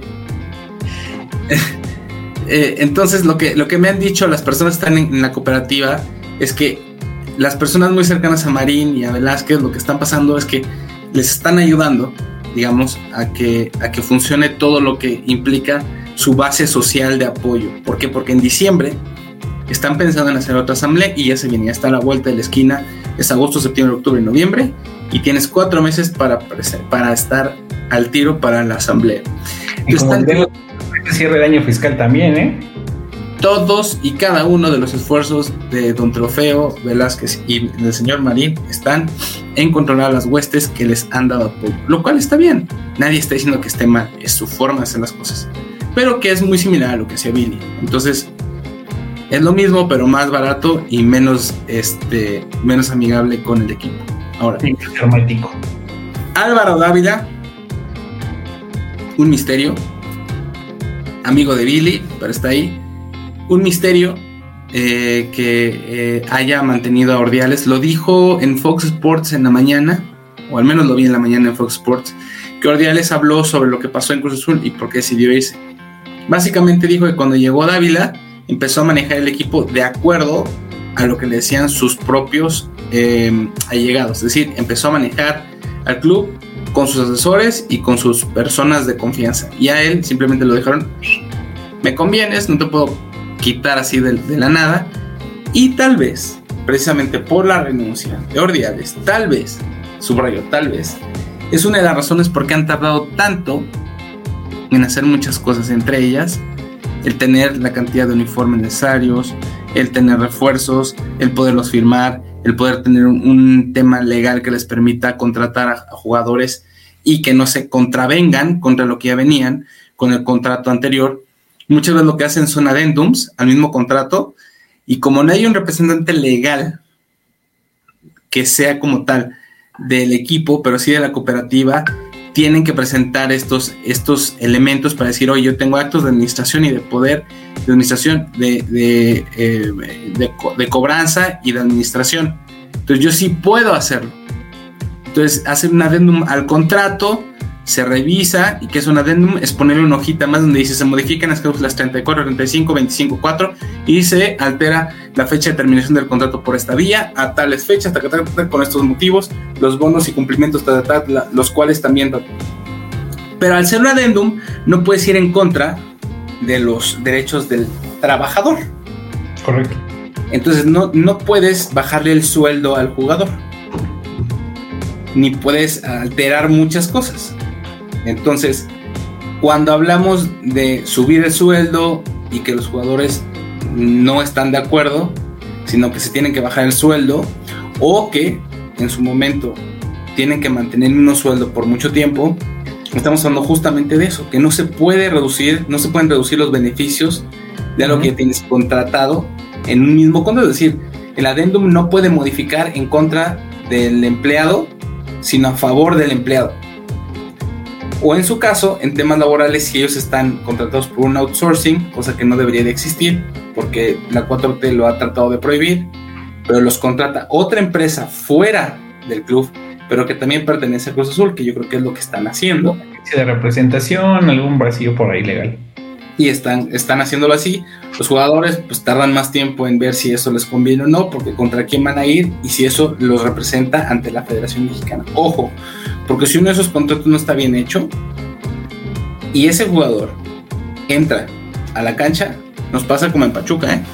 eh, entonces lo que, lo que me han dicho las personas que están en, en la cooperativa es que las personas muy cercanas a Marín y a Velázquez, lo que están pasando es que les están ayudando, digamos, a que, a que funcione todo lo que implica su base social de apoyo. ¿Por qué? Porque en diciembre están pensando en hacer otra asamblea y ya se viene, ya está a la vuelta de la esquina. Es agosto, septiembre, octubre y noviembre, y tienes cuatro meses para, para estar al tiro para la asamblea. Y como están, el cierre de año fiscal también, ¿eh? Todos y cada uno de los esfuerzos de don Trofeo, Velázquez y del señor Marín están en controlar las huestes que les han dado apoyo, lo cual está bien. Nadie está diciendo que esté mal, es su forma de hacer las cosas, pero que es muy similar a lo que hacía Billy. Entonces es lo mismo, pero más barato y menos, este, menos amigable con el equipo. Ahora, sí, hermético. Álvaro Dávila, un misterio, amigo de Billy, pero está ahí. Un misterio eh, que eh, haya mantenido a Ordiales. Lo dijo en Fox Sports en la mañana, o al menos lo vi en la mañana en Fox Sports, que Ordiales habló sobre lo que pasó en Cruz Azul y por qué decidió irse. Básicamente dijo que cuando llegó Dávila empezó a manejar el equipo de acuerdo a lo que le decían sus propios eh, allegados. Es decir, empezó a manejar al club con sus asesores y con sus personas de confianza. Y a él simplemente lo dejaron, me convienes, no te puedo quitar así de, de la nada. Y tal vez, precisamente por la renuncia de Ordiales, tal vez, subrayo, tal vez, es una de las razones por qué han tardado tanto en hacer muchas cosas, entre ellas el tener la cantidad de uniformes necesarios, el tener refuerzos, el poderlos firmar, el poder tener un, un tema legal que les permita contratar a, a jugadores y que no se contravengan contra lo que ya venían con el contrato anterior. Muchas veces lo que hacen son adendums al mismo contrato, y como no hay un representante legal que sea como tal del equipo, pero sí de la cooperativa, tienen que presentar estos, estos elementos para decir, oye, yo tengo actos de administración y de poder, de administración, de, de, eh, de, de cobranza y de administración. Entonces yo sí puedo hacerlo. Entonces hacen un adendum al contrato, se revisa, y que es un adendum, es ponerle una hojita más donde dice se modifican las cláusulas treinta y cuatro, treinta y cinco, veinticinco, cuatro, y se altera la fecha de terminación del contrato por esta vía a tales fechas, ta, ta, ta, ta, con estos motivos, los bonos y cumplimientos, ta, ta, ta, la, los cuales también. Ta. Pero al ser un adendum no puedes ir en contra de los derechos del trabajador. Correcto. Entonces no, no puedes bajarle el sueldo al jugador, ni puedes alterar muchas cosas. Entonces, cuando hablamos de subir el sueldo y que los jugadores no están de acuerdo, sino que se tienen que bajar el sueldo, o que en su momento tienen que mantener un sueldo por mucho tiempo, estamos hablando justamente de eso, que no se puede reducir, no se pueden reducir los beneficios de algo uh-huh. que tienes contratado en un mismo contrato. Es decir, el adendum no puede modificar en contra del empleado, sino a favor del empleado. O en su caso, en temas laborales, si ellos están contratados por un outsourcing, cosa que no debería de existir, porque la cuatro T lo ha tratado de prohibir, pero los contrata otra empresa fuera del club, pero que también pertenece a Cruz Azul, que yo creo que es lo que están haciendo. De representación, algún vacío por ahí legal. y están, están haciéndolo así. Los jugadores pues tardan más tiempo en ver si eso les conviene o no, porque contra quién van a ir y si eso los representa ante la Federación Mexicana. Ojo, porque si uno de esos contratos no está bien hecho y ese jugador entra a la cancha, nos pasa como en Pachuca, ¿eh?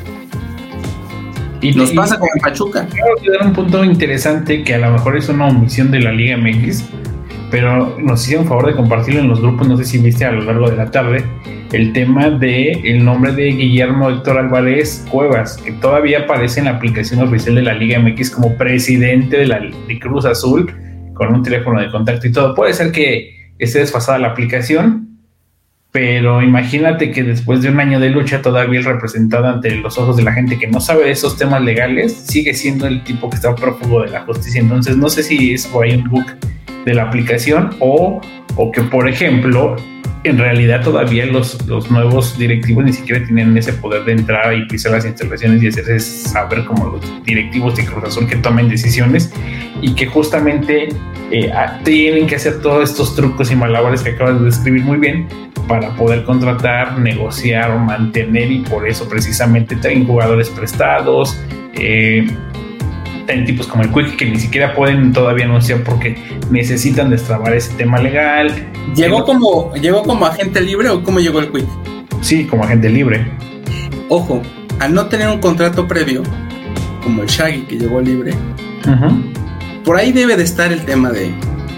Y nos y, pasa como en Pachuca. Quiero dar un punto interesante que a lo mejor es una omisión de la Liga M X, pero nos hicieron favor de compartirlo en los grupos, no sé si viste a lo largo de la tarde, el tema de el nombre de Guillermo Héctor Álvarez Cuevas, que todavía aparece en la aplicación oficial de la Liga M X como presidente de la de Cruz Azul, con un teléfono de contacto y todo. Puede ser que esté desfasada la aplicación, pero imagínate que después de un año de lucha todavía el representado ante los ojos de la gente que no sabe de esos temas legales sigue siendo el tipo que está prófugo de la justicia. Entonces no sé si es por ahí un bug de la aplicación o, o que, por ejemplo, en realidad todavía los, los nuevos directivos ni siquiera tienen ese poder de entrar y pisar las instalaciones y hacerse saber como los directivos de Cruz Azul que tomen decisiones y que justamente eh, tienen que hacer todos estos trucos y malabares que acabas de describir muy bien para poder contratar, negociar o mantener, y por eso precisamente traen jugadores prestados, eh, traen tipos como el Quick que ni siquiera pueden todavía anunciar porque necesitan destrabar ese tema legal. ¿Llegó, eh, como, ¿Llegó como agente libre o cómo llegó el Quick? Sí, como agente libre. Ojo, al no tener un contrato previo, como el Shaggy que llegó libre, uh-huh. por ahí debe de estar el tema de,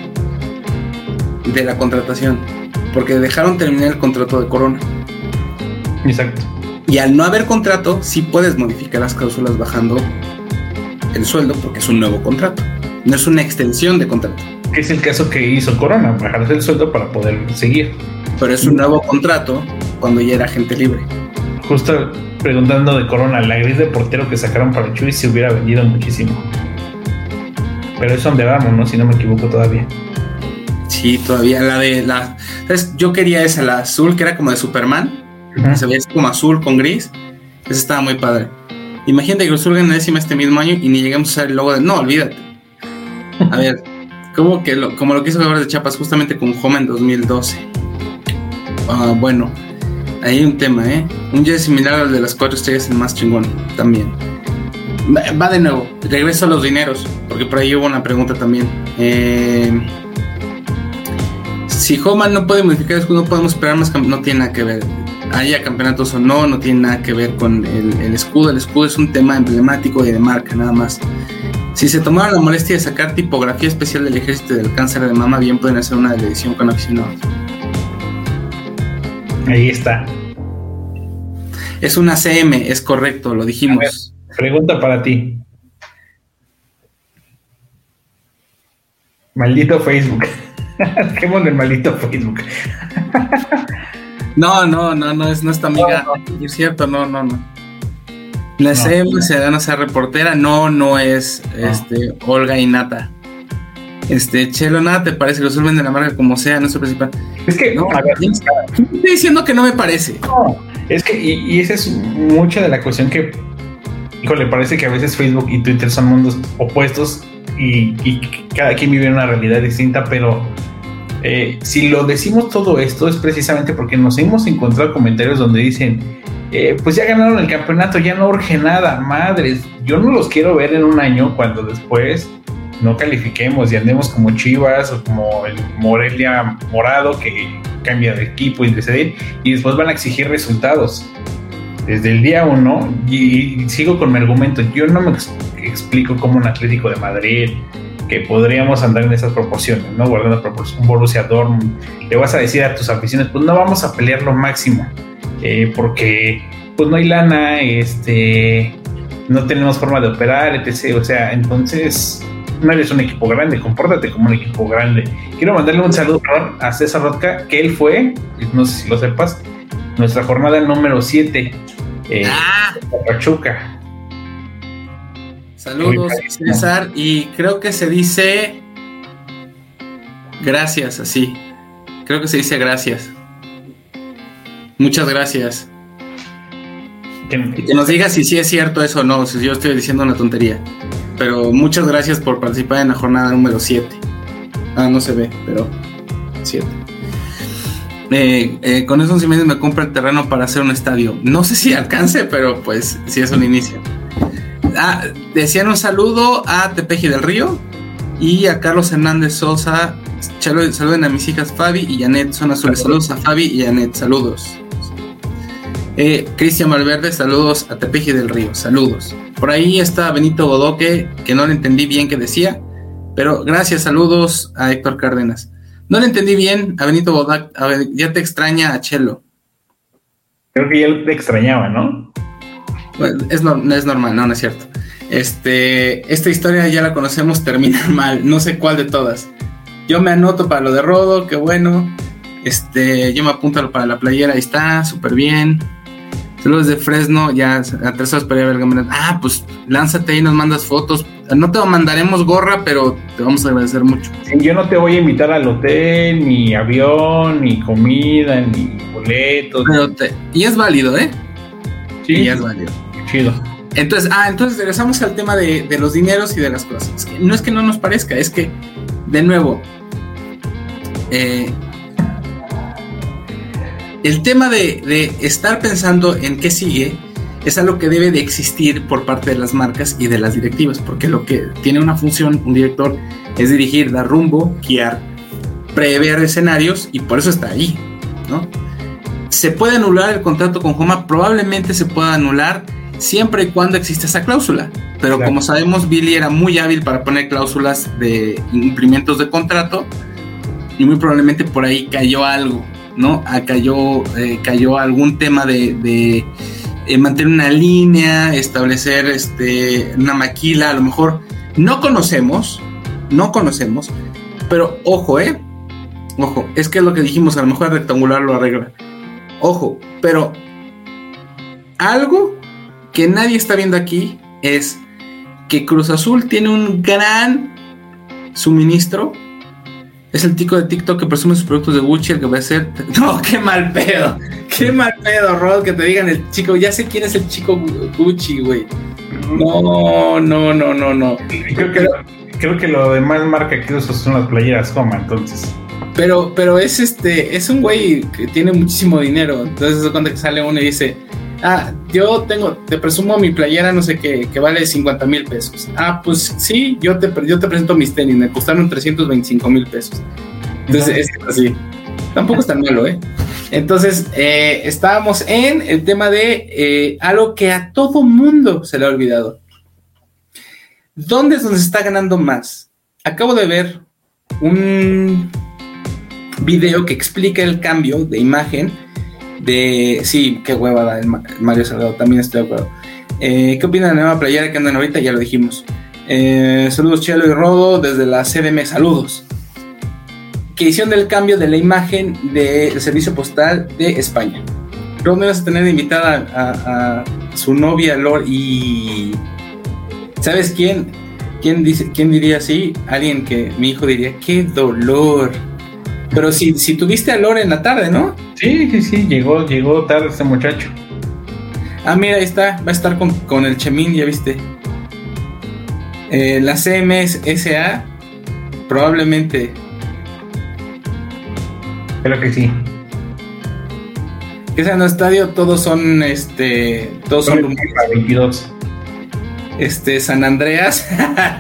de la contratación, porque dejaron terminar el contrato de Corona. Exacto. Y al no haber contrato, sí puedes modificar las cláusulas bajando el sueldo, porque es un nuevo contrato, no es una extensión de contrato. Que es el caso que hizo Corona, bajarse el sueldo para poder seguir. Pero es un nuevo contrato cuando ya era agente libre. Justo preguntando de Corona, la gris de portero que sacaron para Chuy se hubiera vendido muchísimo. Pero es donde vamos, ¿no? Si no me equivoco todavía. Sí, todavía la de la... ¿Sabes? Yo quería esa, la azul, que era como de Superman. Uh-huh. Se veía como azul con gris. Esa estaba muy padre. Imagínate que Cruz Azul gana la décima este mismo año y ni llegamos a usar el logo de... No, olvídate. A ver, ¿cómo que lo, como lo que hizo Jaguares de Chiapas justamente con Homa en dos mil doce? Uh, bueno, ahí hay un tema, ¿eh? Un jersey similar al de las cuatro estrellas, el más chingón también. Va de nuevo, regreso a los dineros, porque por ahí hubo una pregunta también. Eh... Si Homa no puede modificar el escudo, no podemos esperar más, no tiene nada que ver. Haya campeonatos o no, no tiene nada que ver con el, el escudo. El escudo es un tema emblemático y de marca, nada más. Si se tomaron la molestia de sacar tipografía especial del ejército del cáncer de mama, bien pueden hacer una de la edición con aficionados. Ahí está. Es una C M, es correcto, lo dijimos. A ver, pregunta para ti. Maldito Facebook. Dejémosle el maldito Facebook. No, no, no, no es nuestra amiga. No, no. Es cierto, no, no, no. La no. C M se gana esa reportera, no, no es no. este Olga y Nata. Este, Chelo, nada te parece, lo suelven de la marca como sea, no es su principal. Es que, no, a ver, estoy diciendo que no me parece. No, es que, y, y esa es mucha de la cuestión que, híjole, parece que a veces Facebook y Twitter son mundos opuestos y, y cada quien vive una realidad distinta, pero eh, si lo decimos todo esto es precisamente porque nos hemos encontrado comentarios donde dicen, eh, pues ya ganaron el campeonato, ya no urge nada, madres, yo no los quiero ver en un año cuando después no califiquemos y andemos como Chivas o como el Morelia Morado que cambia de equipo y de sede y después van a exigir resultados desde el día uno. Y, y sigo con mi argumento, yo no me ex- explico cómo un Atlético de Madrid que podríamos andar en esas proporciones, ¿no? Guardando proporciones, un Borussia Dortmund, le vas a decir a tus aficiones, pues no vamos a pelear lo máximo eh, porque pues no hay lana, este, no tenemos forma de operar, etcétera. O sea, entonces no eres un equipo grande, compórtate como un equipo grande. Quiero mandarle un saludo a César Rodka, que él fue, no sé si lo sepas, nuestra jornada número siete eh, ah. de Pachuca. Saludos, César, y creo que se dice gracias, así. Creo que se dice gracias. Muchas gracias. Que, que nos diga si sí es cierto eso o no, si yo estoy diciendo una tontería. Pero muchas gracias por participar en la jornada número siete. Ah, no se ve, pero siete. Eh, eh, con esos cien me compra el terreno para hacer un estadio. No sé si alcance, pero pues sí es un inicio. Ah, decían un saludo a Tepeji del Río y a Carlos Hernández Sosa. Saluden a mis hijas Fabi y Janet, son azules. Saludos a Fabi y Janet, saludos. Eh, Cristian Valverde, saludos a Tepeji del Río, saludos. Por ahí está Benito Bodoque, que no le entendí bien qué decía, pero gracias, saludos a Héctor Cárdenas. No le entendí bien a Benito Bodoque, a ver, ya te extraña a Chelo. Creo que ya te extrañaba, ¿no? Bueno, es, no, es normal, no, no es cierto. Este, esta historia ya la conocemos, termina mal, no sé cuál de todas. Yo me anoto para lo de Rodo, qué bueno. Este, yo me apunto para la playera, ahí está, súper bien. Saludos de Fresno, ya a tres horas para ir a ver. Ah, pues lánzate ahí, nos mandas fotos. No te mandaremos gorra, pero te vamos a agradecer mucho. Sí, yo no te voy a invitar al hotel, ni avión, ni comida, ni boletos. Pero te, y es válido, ¿eh? Sí, y es válido. Chido. Entonces, ah, entonces regresamos al tema de, de los dineros y de las cosas. Es que no es que no nos parezca, es que, de nuevo, eh, el tema de, de estar pensando en qué sigue es algo que debe de existir por parte de las marcas y de las directivas, porque lo que tiene una función un director es dirigir, dar rumbo, guiar, prever escenarios, y por eso está ahí, ¿no? ¿Se puede anular el contrato con Joma? Probablemente se pueda anular siempre y cuando exista esa cláusula, pero claro, como sabemos, Billy era muy hábil para poner cláusulas de incumplimientos de contrato y muy probablemente por ahí cayó algo, ¿no? Ah, cayó, eh, cayó algún tema de, de eh, mantener una línea, establecer este, una maquila, a lo mejor no conocemos, no conocemos, pero ojo, eh, ojo, es que es lo que dijimos, a lo mejor el rectangular lo arregla, ojo, pero algo que nadie está viendo aquí es que Cruz Azul tiene un gran suministro. Es el tico de TikTok que presume sus productos de Gucci, el que va a ser... No, qué mal pedo. Qué mal pedo, Rod, que te digan el chico. Ya sé quién es el chico Gucci, güey. No, no, no, no, no. Creo que, creo que lo demás marca que uso son las playeras Joma, entonces. Pero, pero es este, es un güey que tiene muchísimo dinero. Entonces se cuenta que sale uno y dice... Ah, yo tengo, te presumo mi playera, no sé qué, que vale cincuenta mil pesos. Ah, pues sí, yo te, yo te presento mis tenis, me costaron trescientos veinticinco mil pesos. Entonces, es así. Tampoco es tan malo, ¿eh? Entonces, eh, estábamos en el tema de eh, algo que a todo mundo se le ha olvidado. ¿Dónde es donde se está ganando más? Acabo de ver un video que explica el cambio de imagen de... Sí, qué huevada el Mario Salgado, también estoy de acuerdo. Eh, ¿Qué opinan de la nueva playera que andan ahorita? Ya lo dijimos. Eh, saludos Chelo y Rodo desde la C D M, saludos. Que hicieron el cambio de la imagen del servicio postal de España. Luego me vas a tener invitada a, a su novia Lor y... ¿Sabes quién? ¿Quién, dice, ¿Quién diría así? Alguien que mi hijo diría, ¡qué dolor! Pero si, si tuviste a Lor en la tarde, ¿no? Sí, sí, sí, llegó, llegó tarde este muchacho. Ah, mira, ahí está, va a estar con, con el Chemín, ya viste. Eh, la C M S A, probablemente. Creo que sí. Que sea en el estadio, todos son, este, todos son rumores. veintidós. Este, San Andreas.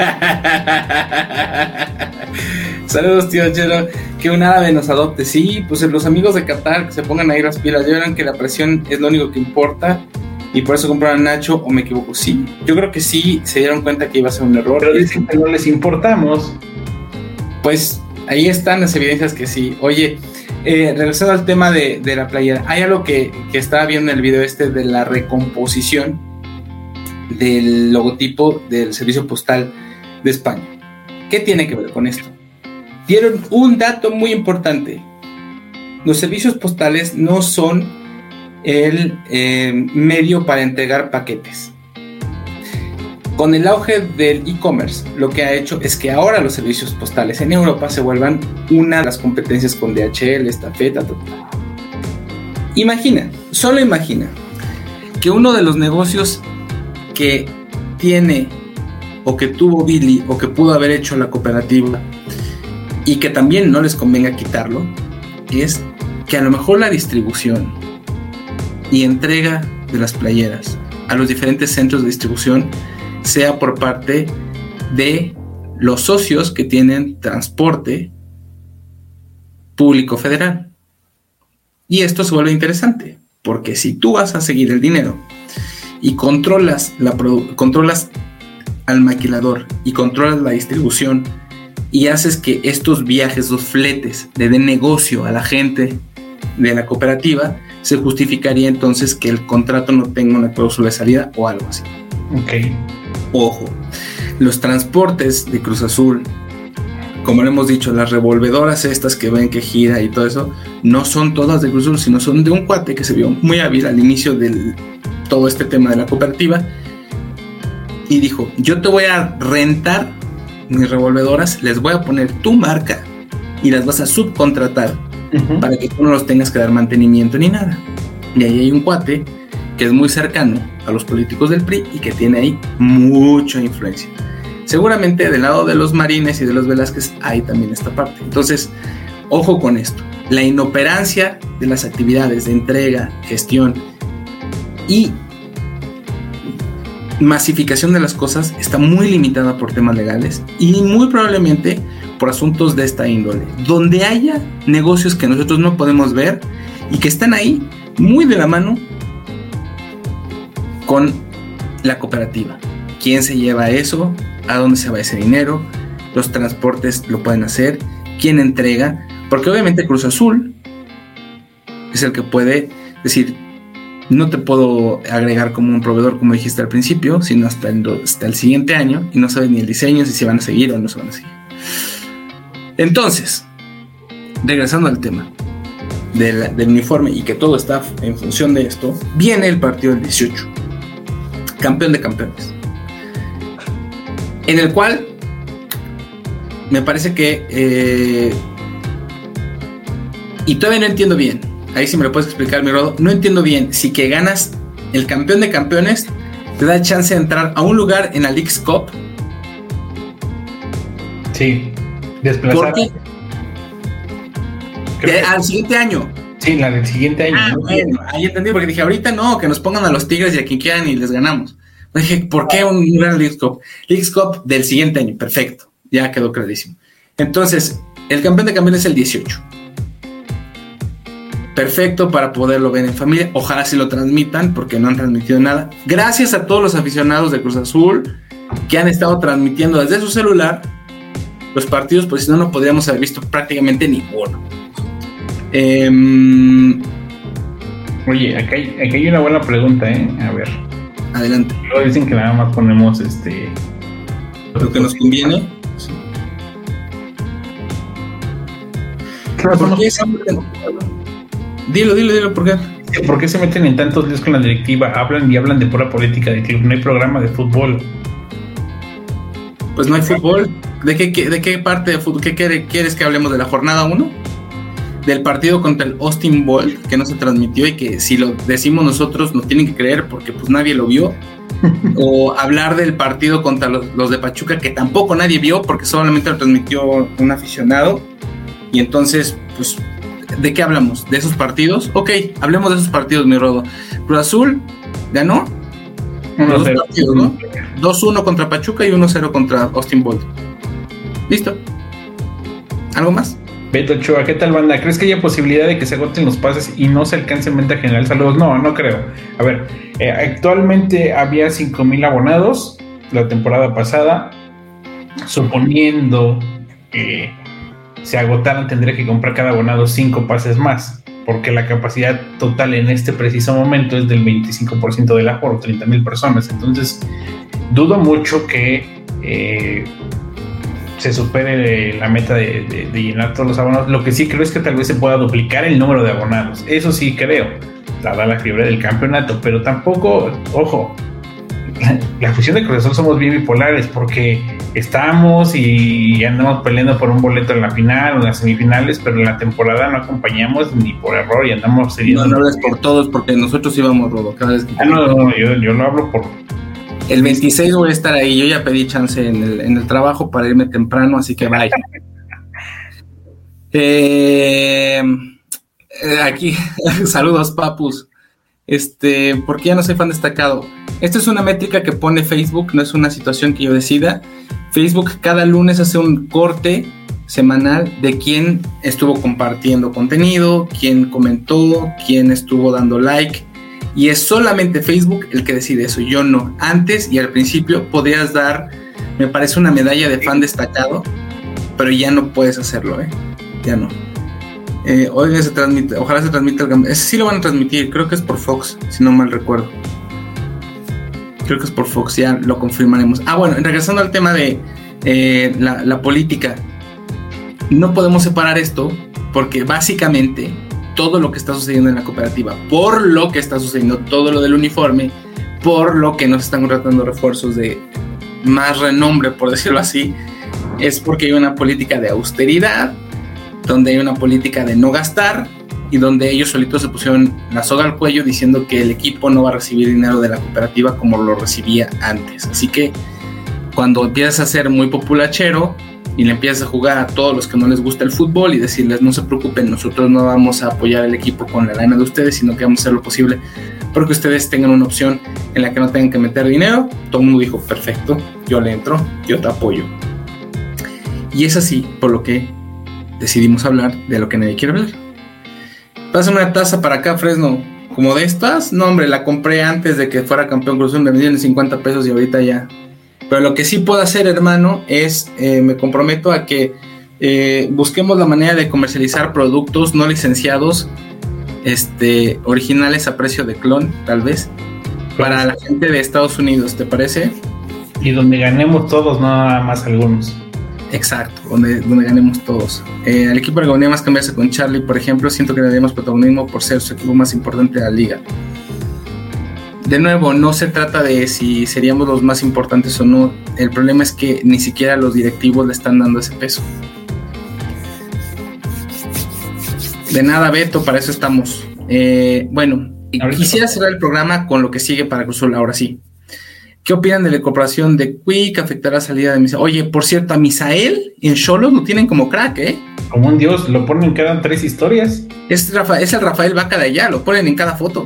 Saludos, tío Chelo. Que un árabe nos adopte. Sí, pues los amigos de Qatar que se pongan ahí las pilas. Ya verán que la presión es lo único que importa. Y por eso compraron a Nacho, o me equivoco. Sí, yo creo que sí se dieron cuenta que iba a ser un error. Pero dicen que no les importamos. Pues ahí están las evidencias que sí. Oye, eh, regresando al tema de, de la playera, hay algo que, que estaba viendo en el video este de la recomposición del logotipo del servicio postal de España. ¿Qué tiene que ver con esto? Dieron un dato muy importante. Los servicios postales no son el eh, medio para entregar paquetes. Con el auge del e-commerce, lo que ha hecho es que ahora los servicios postales en Europa se vuelvan una de las competencias con D H L, Estafeta, todo. Imagina, solo imagina que uno de los negocios que tiene o que tuvo Billy o que pudo haber hecho la cooperativa y que también no les convenga quitarlo es que a lo mejor la distribución y entrega de las playeras a los diferentes centros de distribución sea por parte de los socios que tienen transporte público federal. Y esto se vuelve interesante, porque si tú vas a seguir el dinero y controlas, la produ- controlas al maquilador y controlas la distribución y haces que estos viajes, los fletes, le den negocio a la gente de la cooperativa, se justificaría entonces que el contrato no tenga una cláusula de salida o algo así. Ok. Ojo, los transportes de Cruz Azul, como lo hemos dicho, las revolvedoras estas que ven que gira y todo eso, no son todas de Cruz Azul, sino son de un cuate que se vio muy hábil al inicio de todo este tema de la cooperativa y dijo, yo te voy a rentar mis revolvedoras, les voy a poner tu marca y las vas a subcontratar uh-huh. para que tú no los tengas que dar mantenimiento ni nada. Y ahí hay un cuate que es muy cercano a los políticos del P R I y que tiene ahí mucha influencia. Seguramente del lado de los Marines y de los Velázquez hay también esta parte. Entonces, ojo con esto. La inoperancia de las actividades de entrega, gestión y masificación de las cosas está muy limitada por temas legales y muy probablemente por asuntos de esta índole, donde haya negocios que nosotros no podemos ver y que están ahí muy de la mano con la cooperativa. ¿Quién se lleva eso? ¿A dónde se va ese dinero? Los transportes lo pueden hacer. ¿Quién entrega? Porque obviamente Cruz Azul es el que puede decir, no te puedo agregar como un proveedor, como dijiste al principio, sino hasta el, hasta el siguiente año, y no sabes ni el diseño, si se van a seguir o no se van a seguir. Entonces, regresando al tema del, del uniforme y que todo está en función de esto, viene el partido del dieciocho, campeón de campeones, en el cual me parece que eh, y todavía no entiendo bien, ahí sí me lo puedes explicar, mi Rodo, no entiendo bien si que ganas el campeón de campeones te da chance de entrar a un lugar en la Leagues Cup. Sí, desplazar. Que, al siguiente año. Sí, la del siguiente año. Ah, ¿no? Bueno, ahí entendí, porque dije, ahorita no, que nos pongan a los Tigres y a quien quieran y les ganamos. Dije, ¿por qué un lugar en la Leagues Cup? Leagues Cup del siguiente año, perfecto, ya quedó clarísimo. Entonces, el campeón de campeones es el dieciocho. Perfecto para poderlo ver en familia. Ojalá si lo transmitan, porque no han transmitido nada. Gracias a todos los aficionados de Cruz Azul que han estado transmitiendo desde su celular los partidos, pues si no, no podríamos haber visto prácticamente ninguno. Eh, Oye, acá hay, acá hay una buena pregunta, ¿eh? A ver. Adelante. Luego dicen que nada más ponemos este. Lo que nos conviene. Sí. ¿Por qué se Dilo, dilo, dilo, ¿por qué? ¿Por qué se meten en tantos líos con la directiva? Hablan y hablan de pura política de club, no hay programa de fútbol. Pues no hay fútbol. ¿De qué, de qué parte de fútbol? ¿Qué quieres que hablemos? ¿De la jornada uno? Del partido contra el Austin Bolt, que no se transmitió y que si lo decimos nosotros nos tienen que creer porque pues nadie lo vio. O hablar del partido contra los, los de Pachuca, que tampoco nadie vio porque solamente lo transmitió un aficionado. Y entonces, pues, ¿de qué hablamos? ¿De esos partidos? Ok, hablemos de esos partidos, mi Rodo. Cruz Azul ganó los dos partidos, ¿no? dos uno contra Pachuca y uno cero contra Austin Bolt. ¿Listo? ¿Algo más? Beto Ochoa, ¿qué tal, banda? ¿Crees que haya posibilidad de que se agoten los pases y no se alcance en venta general? Saludos. No, no creo. A ver, eh, actualmente había cinco mil abonados la temporada pasada. Suponiendo que se agotaran, tendría que comprar cada abonado cinco pases más, porque la capacidad total en este preciso momento es del veinticinco por ciento del aforo, treinta mil personas. Entonces, dudo mucho que eh, se supere la meta de, de, de llenar todos los abonados. Lo que sí creo es que tal vez se pueda duplicar el número de abonados. Eso sí creo, dada la fiebre del campeonato, pero tampoco, ojo, la, la afición de Cruz Azul somos bien bipolares, porque estamos y andamos peleando por un boleto en la final o en las semifinales, pero en la temporada no acompañamos ni por error y andamos siguiendo. No, no hables por todos, porque nosotros íbamos, Rodo, cada vez que... Ah, no, no, yo, yo lo hablo por... El veintiséis voy a estar ahí, yo ya pedí chance en el, en el trabajo para irme temprano, así que bye. eh, Eh, aquí, saludos, papus. Este, ¿por qué ya no soy fan destacado? Esto es una métrica que pone Facebook, no es una situación que yo decida. Facebook cada lunes hace un corte semanal de quién estuvo compartiendo contenido, quién comentó, quién estuvo dando like, y es solamente Facebook el que decide eso, yo no. Antes y al principio podías dar, me parece, una medalla de fan destacado, pero ya no puedes hacerlo, ¿eh? Ya no. Eh, hoy se transmite, ojalá se transmita el Ese sí lo van a transmitir, creo que es por Fox, si no mal recuerdo. Creo que es por Fox, ya lo confirmaremos. Ah, bueno, regresando al tema de eh, la, la política. No podemos separar esto porque básicamente todo lo que está sucediendo en la cooperativa, por lo que está sucediendo todo lo del uniforme, por lo que nos están contratando refuerzos de más renombre, por decirlo así, es porque hay una política de austeridad, donde hay una política de no gastar y donde ellos solitos se pusieron la soga al cuello diciendo que el equipo no va a recibir dinero de la cooperativa como lo recibía antes. Así que cuando empiezas a ser muy populachero y le empiezas a jugar a todos los que no les gusta el fútbol y decirles no se preocupen, nosotros no vamos a apoyar al equipo con la lana de ustedes, sino que vamos a hacer lo posible porque ustedes tengan una opción en la que no tengan que meter dinero, todo el mundo dijo perfecto, yo le entro, yo te apoyo. Y es así por lo que decidimos hablar de lo que nadie quiere hablar. Pásame una taza para acá, Fresno, como de estas. No, hombre, la compré antes de que fuera campeón Cruz Azul, me vendieron cincuenta pesos y ahorita ya. Pero lo que sí puedo hacer, hermano, es eh, me comprometo a que eh, busquemos la manera de comercializar productos no licenciados, este, originales a precio de clon, tal vez, para la gente de Estados Unidos, ¿te parece? Y donde ganemos todos, no nada más algunos. Exacto, donde, donde ganemos todos. Eh, al equipo le convenía más cambiarse con Charlie, por ejemplo. Siento que le daríamos protagonismo por ser su equipo más importante de la liga. De nuevo, no se trata de si seríamos los más importantes o no. El problema es que ni siquiera los directivos le están dando ese peso. De nada, Beto, para eso estamos. Eh, bueno, ahorita quisiera cerrar el programa con lo que sigue para Cruz Azul, ahora sí. ¿Qué opinan de la incorporación de Quick? ¿Afectará la salida de Misael? Oye, por cierto, a Misael en Xolos lo tienen como crack, ¿eh? Como un dios, lo ponen en cada tres historias. Es, Rafa, es el Rafael Vaca de allá, lo ponen en cada foto.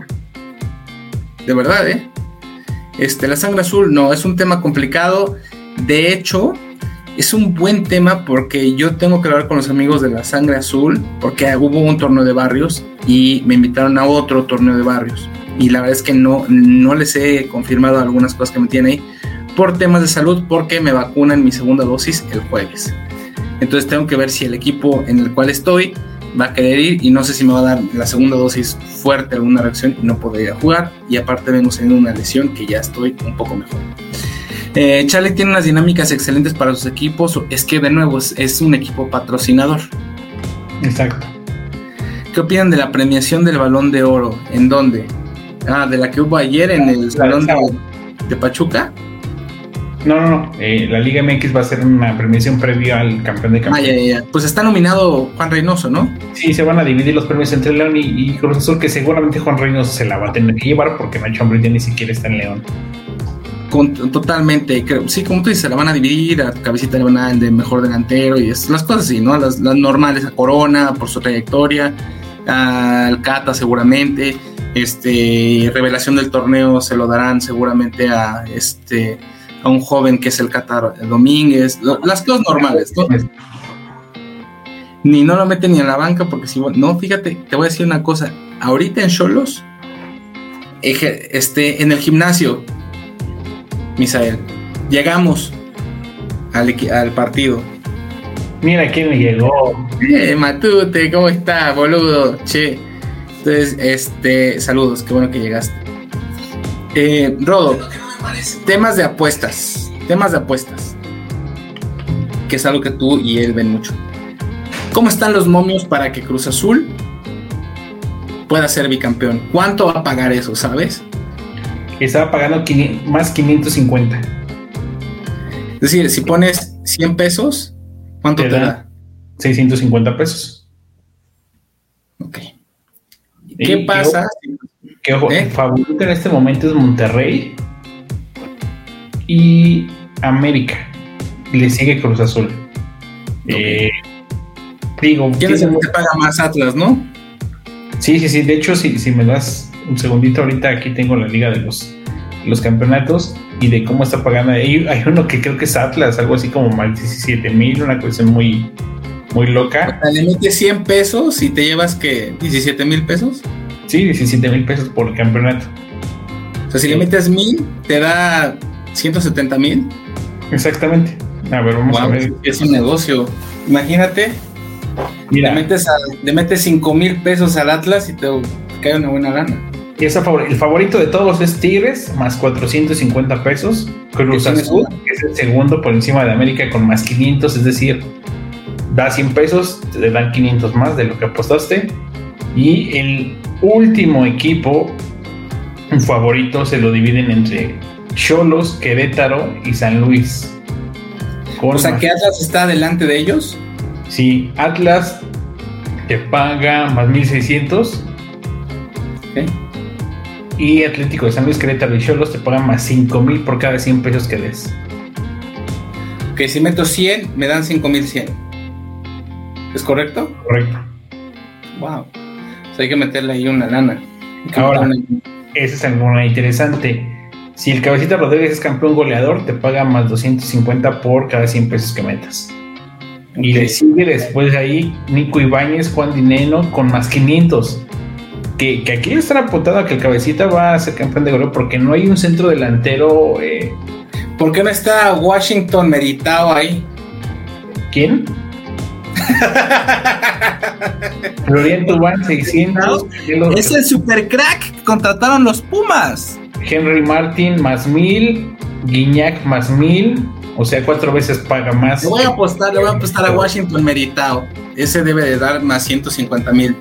De verdad, ¿eh? Este, la sangre azul, no, es un tema complicado. De hecho, es un buen tema porque yo tengo que hablar con los amigos de la sangre azul porque hubo un torneo de barrios y me invitaron a otro torneo de barrios. Y la verdad es que no, no les he confirmado algunas cosas que me tienen ahí por temas de salud, porque me vacunan mi segunda dosis el jueves. Entonces tengo que ver si el equipo en el cual estoy va a querer ir y no sé si me va a dar la segunda dosis fuerte, alguna reacción y no podría jugar. Y aparte vengo teniendo una lesión que ya estoy un poco mejor. Eh, Charlie tiene unas dinámicas excelentes para sus equipos. Es que de nuevo es, es un equipo patrocinador. Exacto. ¿Qué opinan de la premiación del Balón de Oro? ¿En dónde? Ah, de la que hubo ayer en el salón de, de Pachuca. No, no, no. Eh, la Liga M X va a ser una premiación previa al campeón de campeones. Ah, ya, ya. Pues está nominado Juan Reynoso, ¿no? Sí, se van a dividir los premios entre León y, y Cruz Azul, que seguramente Juan Reynoso se la va a tener que llevar porque Nacho Ambriz ya ni siquiera está en León. Con, totalmente. Creo, sí, como tú dices, se la van a dividir. A Cabecita le van a dar el de mejor delantero y es, las cosas así, ¿no? Las, las normales, a Corona por su trayectoria, al Cata seguramente. Este, revelación del torneo se lo darán seguramente a este a un joven que es el Cata Domínguez, las cosas normales, ¿no? Ni no lo meten ni en la banca porque si no, fíjate, te voy a decir una cosa, ahorita en Xolos, este, en el gimnasio, Misael, llegamos al, al partido. Mira quién me llegó. Eh, Matute, ¿cómo estás, boludo? Che. Entonces, este, saludos, qué bueno que llegaste. Eh, Rodo, temas de apuestas, temas de apuestas, que es algo que tú y él ven mucho. ¿Cómo están los momios para que Cruz Azul pueda ser bicampeón? ¿Cuánto va a pagar eso, sabes? Estaba pagando quinientos, más quinientos cincuenta. Es decir, si pones cien pesos, ¿cuánto te, te da? da? seiscientos cincuenta pesos. Ok. ¿Qué y, pasa? Que ojo, ¿Eh? El favorito en este momento es Monterrey y América. Le sigue Cruz Azul. Okay. Eh, digo, ¿quién es el que paga más? Atlas, ¿no? Sí, sí, sí. De hecho, si, si me das un segundito, ahorita aquí tengo la liga de los, los campeonatos y de cómo está pagando. Hay, hay uno que creo que es Atlas, algo así como más diecisiete mil, una cuestión muy, muy loca. O sea, le metes cien pesos y te llevas, ¿qué? ¿diecisiete mil pesos? Sí, diecisiete mil pesos por campeonato. O sea, si sí. le metes mil, te da ciento setenta mil. Exactamente. A ver, vamos wow, a ver. Es un negocio. Imagínate. Mira, le metes, a, le metes cinco mil pesos al Atlas y te cae una buena lana. Y esa, el favorito de todos es Tigres, más cuatrocientos cincuenta pesos. Cruz Azul, que es el segundo por encima de América, con más quinientos, es decir, da cien pesos, te dan quinientos más de lo que apostaste. Y el último equipo favorito se lo dividen entre Xolos, Querétaro y San Luis. O sea, ¿que Atlas está delante de ellos? Sí, Atlas te paga más mil seiscientos. Okay. Y Atlético de San Luis, Querétaro y Xolos te pagan más cinco mil por cada cien pesos que des. Que si meto cien, me dan cinco mil cien. ¿Es correcto? Correcto. Wow. O sea, hay que meterle ahí una lana. Ahora, ese es algo muy interesante. Si el Cabecita Rodríguez es campeón goleador, te paga más doscientos cincuenta por cada cien pesos que metas. Okay. Y le sigue después de ahí Nico Ibáñez, Juan Dineno con más quinientos. Que, que aquí están apuntado a que el Cabecita va a ser campeón de goleo porque no hay un centro delantero. Eh... ¿Por qué no está Washington Meritao ahí? ¿Quién? Florian Tubán, seiscientos. Es el super crack que contrataron los Pumas. Henry Martin más mil, Guiñac más mil, o sea, cuatro veces paga más. Le voy a apostar, le voy a apostar a Washington Meritao. Ese debe de dar más ciento cincuenta mil.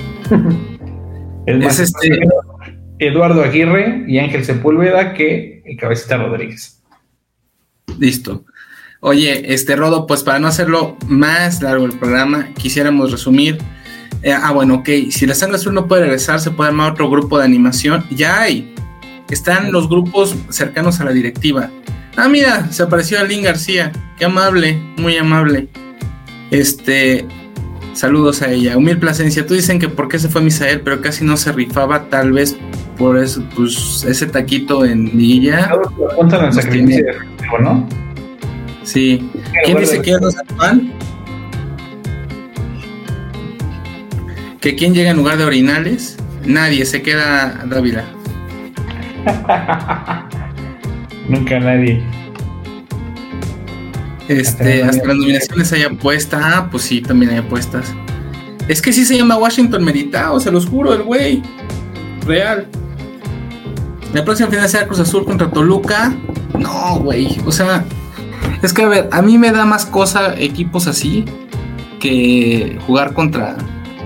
Es más, es este Eduardo Aguirre y Ángel Sepúlveda que el Cabecita Rodríguez. Listo. Oye, este Rodo, pues para no hacerlo más largo el programa, quisiéramos resumir. Eh, ah, bueno, ok. Si la Sangre Azul no puede regresar, se puede armar otro grupo de animación. Ya hay. Están los grupos cercanos a la directiva. Ah, mira, se apareció Alín García. Qué amable, muy amable. Este, saludos a ella. Humil Plasencia, tú dicen que por qué se fue Misael, pero casi no se rifaba, tal vez por eso, pues ese taquito en liguilla. Cuéntanos el sacrificio de efectivo, ¿no? Sí. ¿Quién dice que ya no es fan? ¿Que quién llega en lugar de Orinales? Nadie, se queda Dávila. Nunca nadie. Este, hasta, hasta las nominaciones hay apuestas. Ah, pues sí, también hay apuestas. Es que sí se llama Washington Meritao, se los juro, el güey. Real. La próxima final será Cruz Azul contra Toluca. No, güey. O sea, es que a ver, a mí me da más cosa equipos así que jugar contra.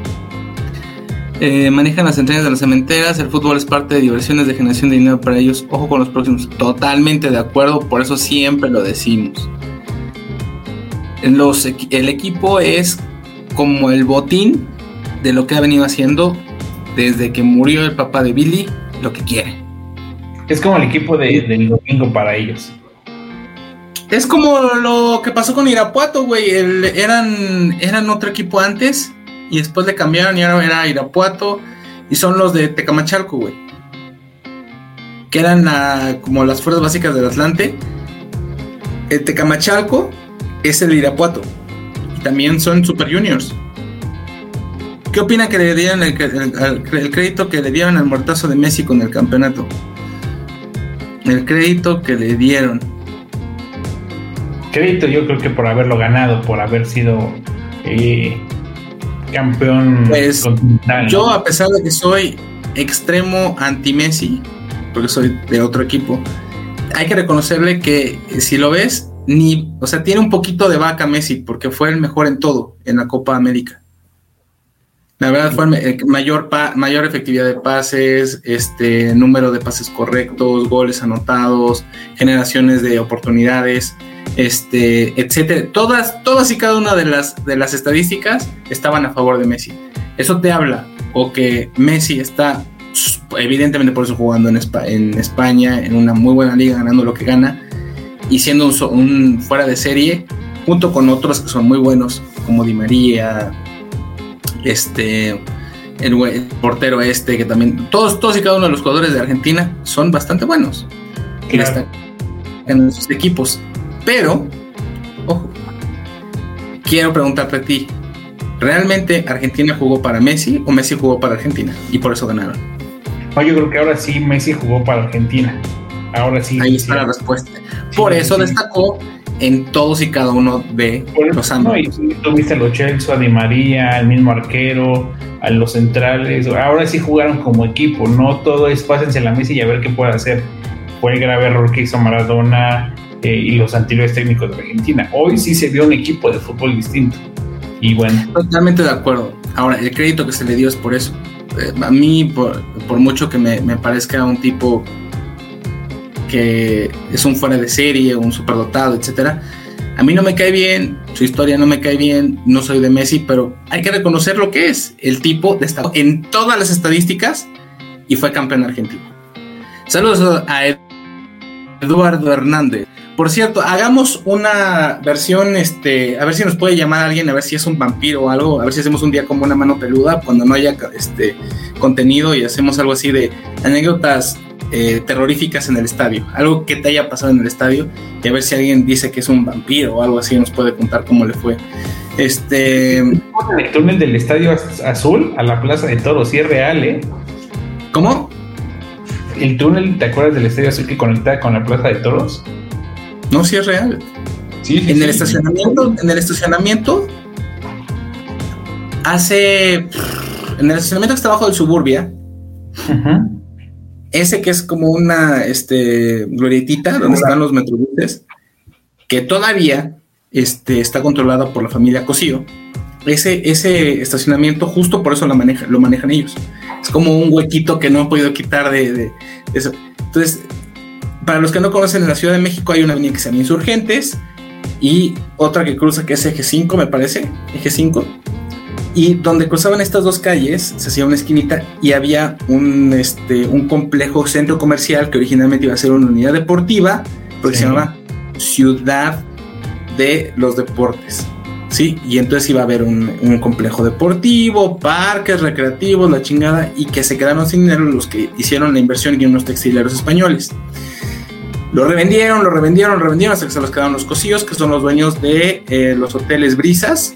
Eh, manejan las entrañas de las cementeras. El fútbol es parte de diversiones, de generación de dinero para ellos. Ojo con los próximos. Totalmente de acuerdo, por eso siempre lo decimos. Los, el equipo es como el botín de lo que ha venido haciendo desde que murió el papá de Billy, lo que quiere. Es como el equipo de, del domingo para ellos. Es como lo que pasó con Irapuato, güey. El, eran, eran otro equipo antes y después le cambiaron y ahora era Irapuato y son los de Tecamachalco, güey. Que eran la, como las fuerzas básicas del Atlante. El Tecamachalco es el Irapuato y también son Super Juniors. ¿Qué opina que le dieron el, el, el crédito que le dieron al muertazo de Messi con el campeonato? El crédito que le dieron. Crédito yo creo que por haberlo ganado, por haber sido eh, campeón pues, continental, ¿no? Yo, a pesar de que soy extremo anti-Messi, porque soy de otro equipo, hay que reconocerle que si lo ves, ni, o sea, tiene un poquito de vaca Messi, porque fue el mejor en todo, en la Copa América. La verdad fue el mayor, pa, mayor efectividad de pases, este número de pases correctos, goles anotados, generaciones de oportunidades, este, etcétera. Todas, todas y cada una de las, de las estadísticas estaban a favor de Messi. Eso te habla, o que Messi está, evidentemente por eso jugando en, Espa, en España, en una muy buena liga, ganando lo que gana, y siendo un, un fuera de serie, junto con otros que son muy buenos, como Di María, este el, el portero este, que también, todos, todos y cada uno de los jugadores de Argentina son bastante buenos. Claro. Están en sus equipos. Pero, ojo, quiero preguntarte a ti, ¿realmente Argentina jugó para Messi o Messi jugó para Argentina? Y por eso ganaron. No, yo creo que ahora sí Messi jugó para Argentina. Ahora sí. Ahí está la respuesta. Por sí, eso sí. Destacó en todos y cada uno de por los ámbitos. No, y tú viste a Lo Celso, a Di María, al mismo arquero, a los centrales. Ahora sí jugaron como equipo. No todo es pásense la Messi y a ver qué puede hacer. Fue el grave error que hizo Maradona eh, y los anteriores técnicos de Argentina. Hoy sí se vio un equipo de fútbol distinto. Y bueno. Totalmente de acuerdo. Ahora, el crédito que se le dio es por eso. Eh, a mí, por, por mucho que me, me parezca un tipo que es un fuera de serie, un superdotado, etcétera, a mí no me cae bien, su historia no me cae bien, no soy de Messi, pero hay que reconocer lo que es. El tipo destacó en todas las estadísticas y fue campeón argentino. Saludos a Eduardo Hernández. Por cierto, hagamos una versión, este, a ver si nos puede llamar alguien, a ver si es un vampiro o algo, a ver si hacemos un día como una mano peluda cuando no haya este contenido y hacemos algo así de anécdotas eh, terroríficas en el estadio, algo que te haya pasado en el estadio, y a ver si alguien dice que es un vampiro o algo así, nos puede contar cómo le fue. Este, el túnel del Estadio Azul a la Plaza de Toros, sí es real, ¿eh? ¿Cómo? El túnel, ¿te acuerdas del Estadio Azul que conectaba con la Plaza de Toros? No, sí es real. Sí, sí, en sí, el estacionamiento, en el estacionamiento hace en el estacionamiento que está abajo del Suburbia, uh-huh. Ese que es como una este glorietita donde están los metrobuses, que todavía este está controlada por la familia Cosío. Ese ese estacionamiento justo por eso lo maneja, lo manejan ellos. Es como un huequito que no han podido quitar de, de, de eso. Entonces, para los que no conocen, en la Ciudad de México hay una avenida que se llama Insurgentes y otra que cruza que es Eje cinco, me parece, Eje cinco, y donde cruzaban estas dos calles se hacía una esquinita y había un, este, un complejo centro comercial que originalmente iba a ser una unidad deportiva, porque sí. Se llamaba Ciudad de los Deportes, ¿sí? Y entonces iba a haber un, un complejo deportivo, parques recreativos, la chingada, y que se quedaron sin dinero los que hicieron la inversión y unos textileros españoles. Lo revendieron, lo revendieron, lo revendieron hasta que se los quedaron los Cosíos, que son los dueños de eh, los hoteles Brisas,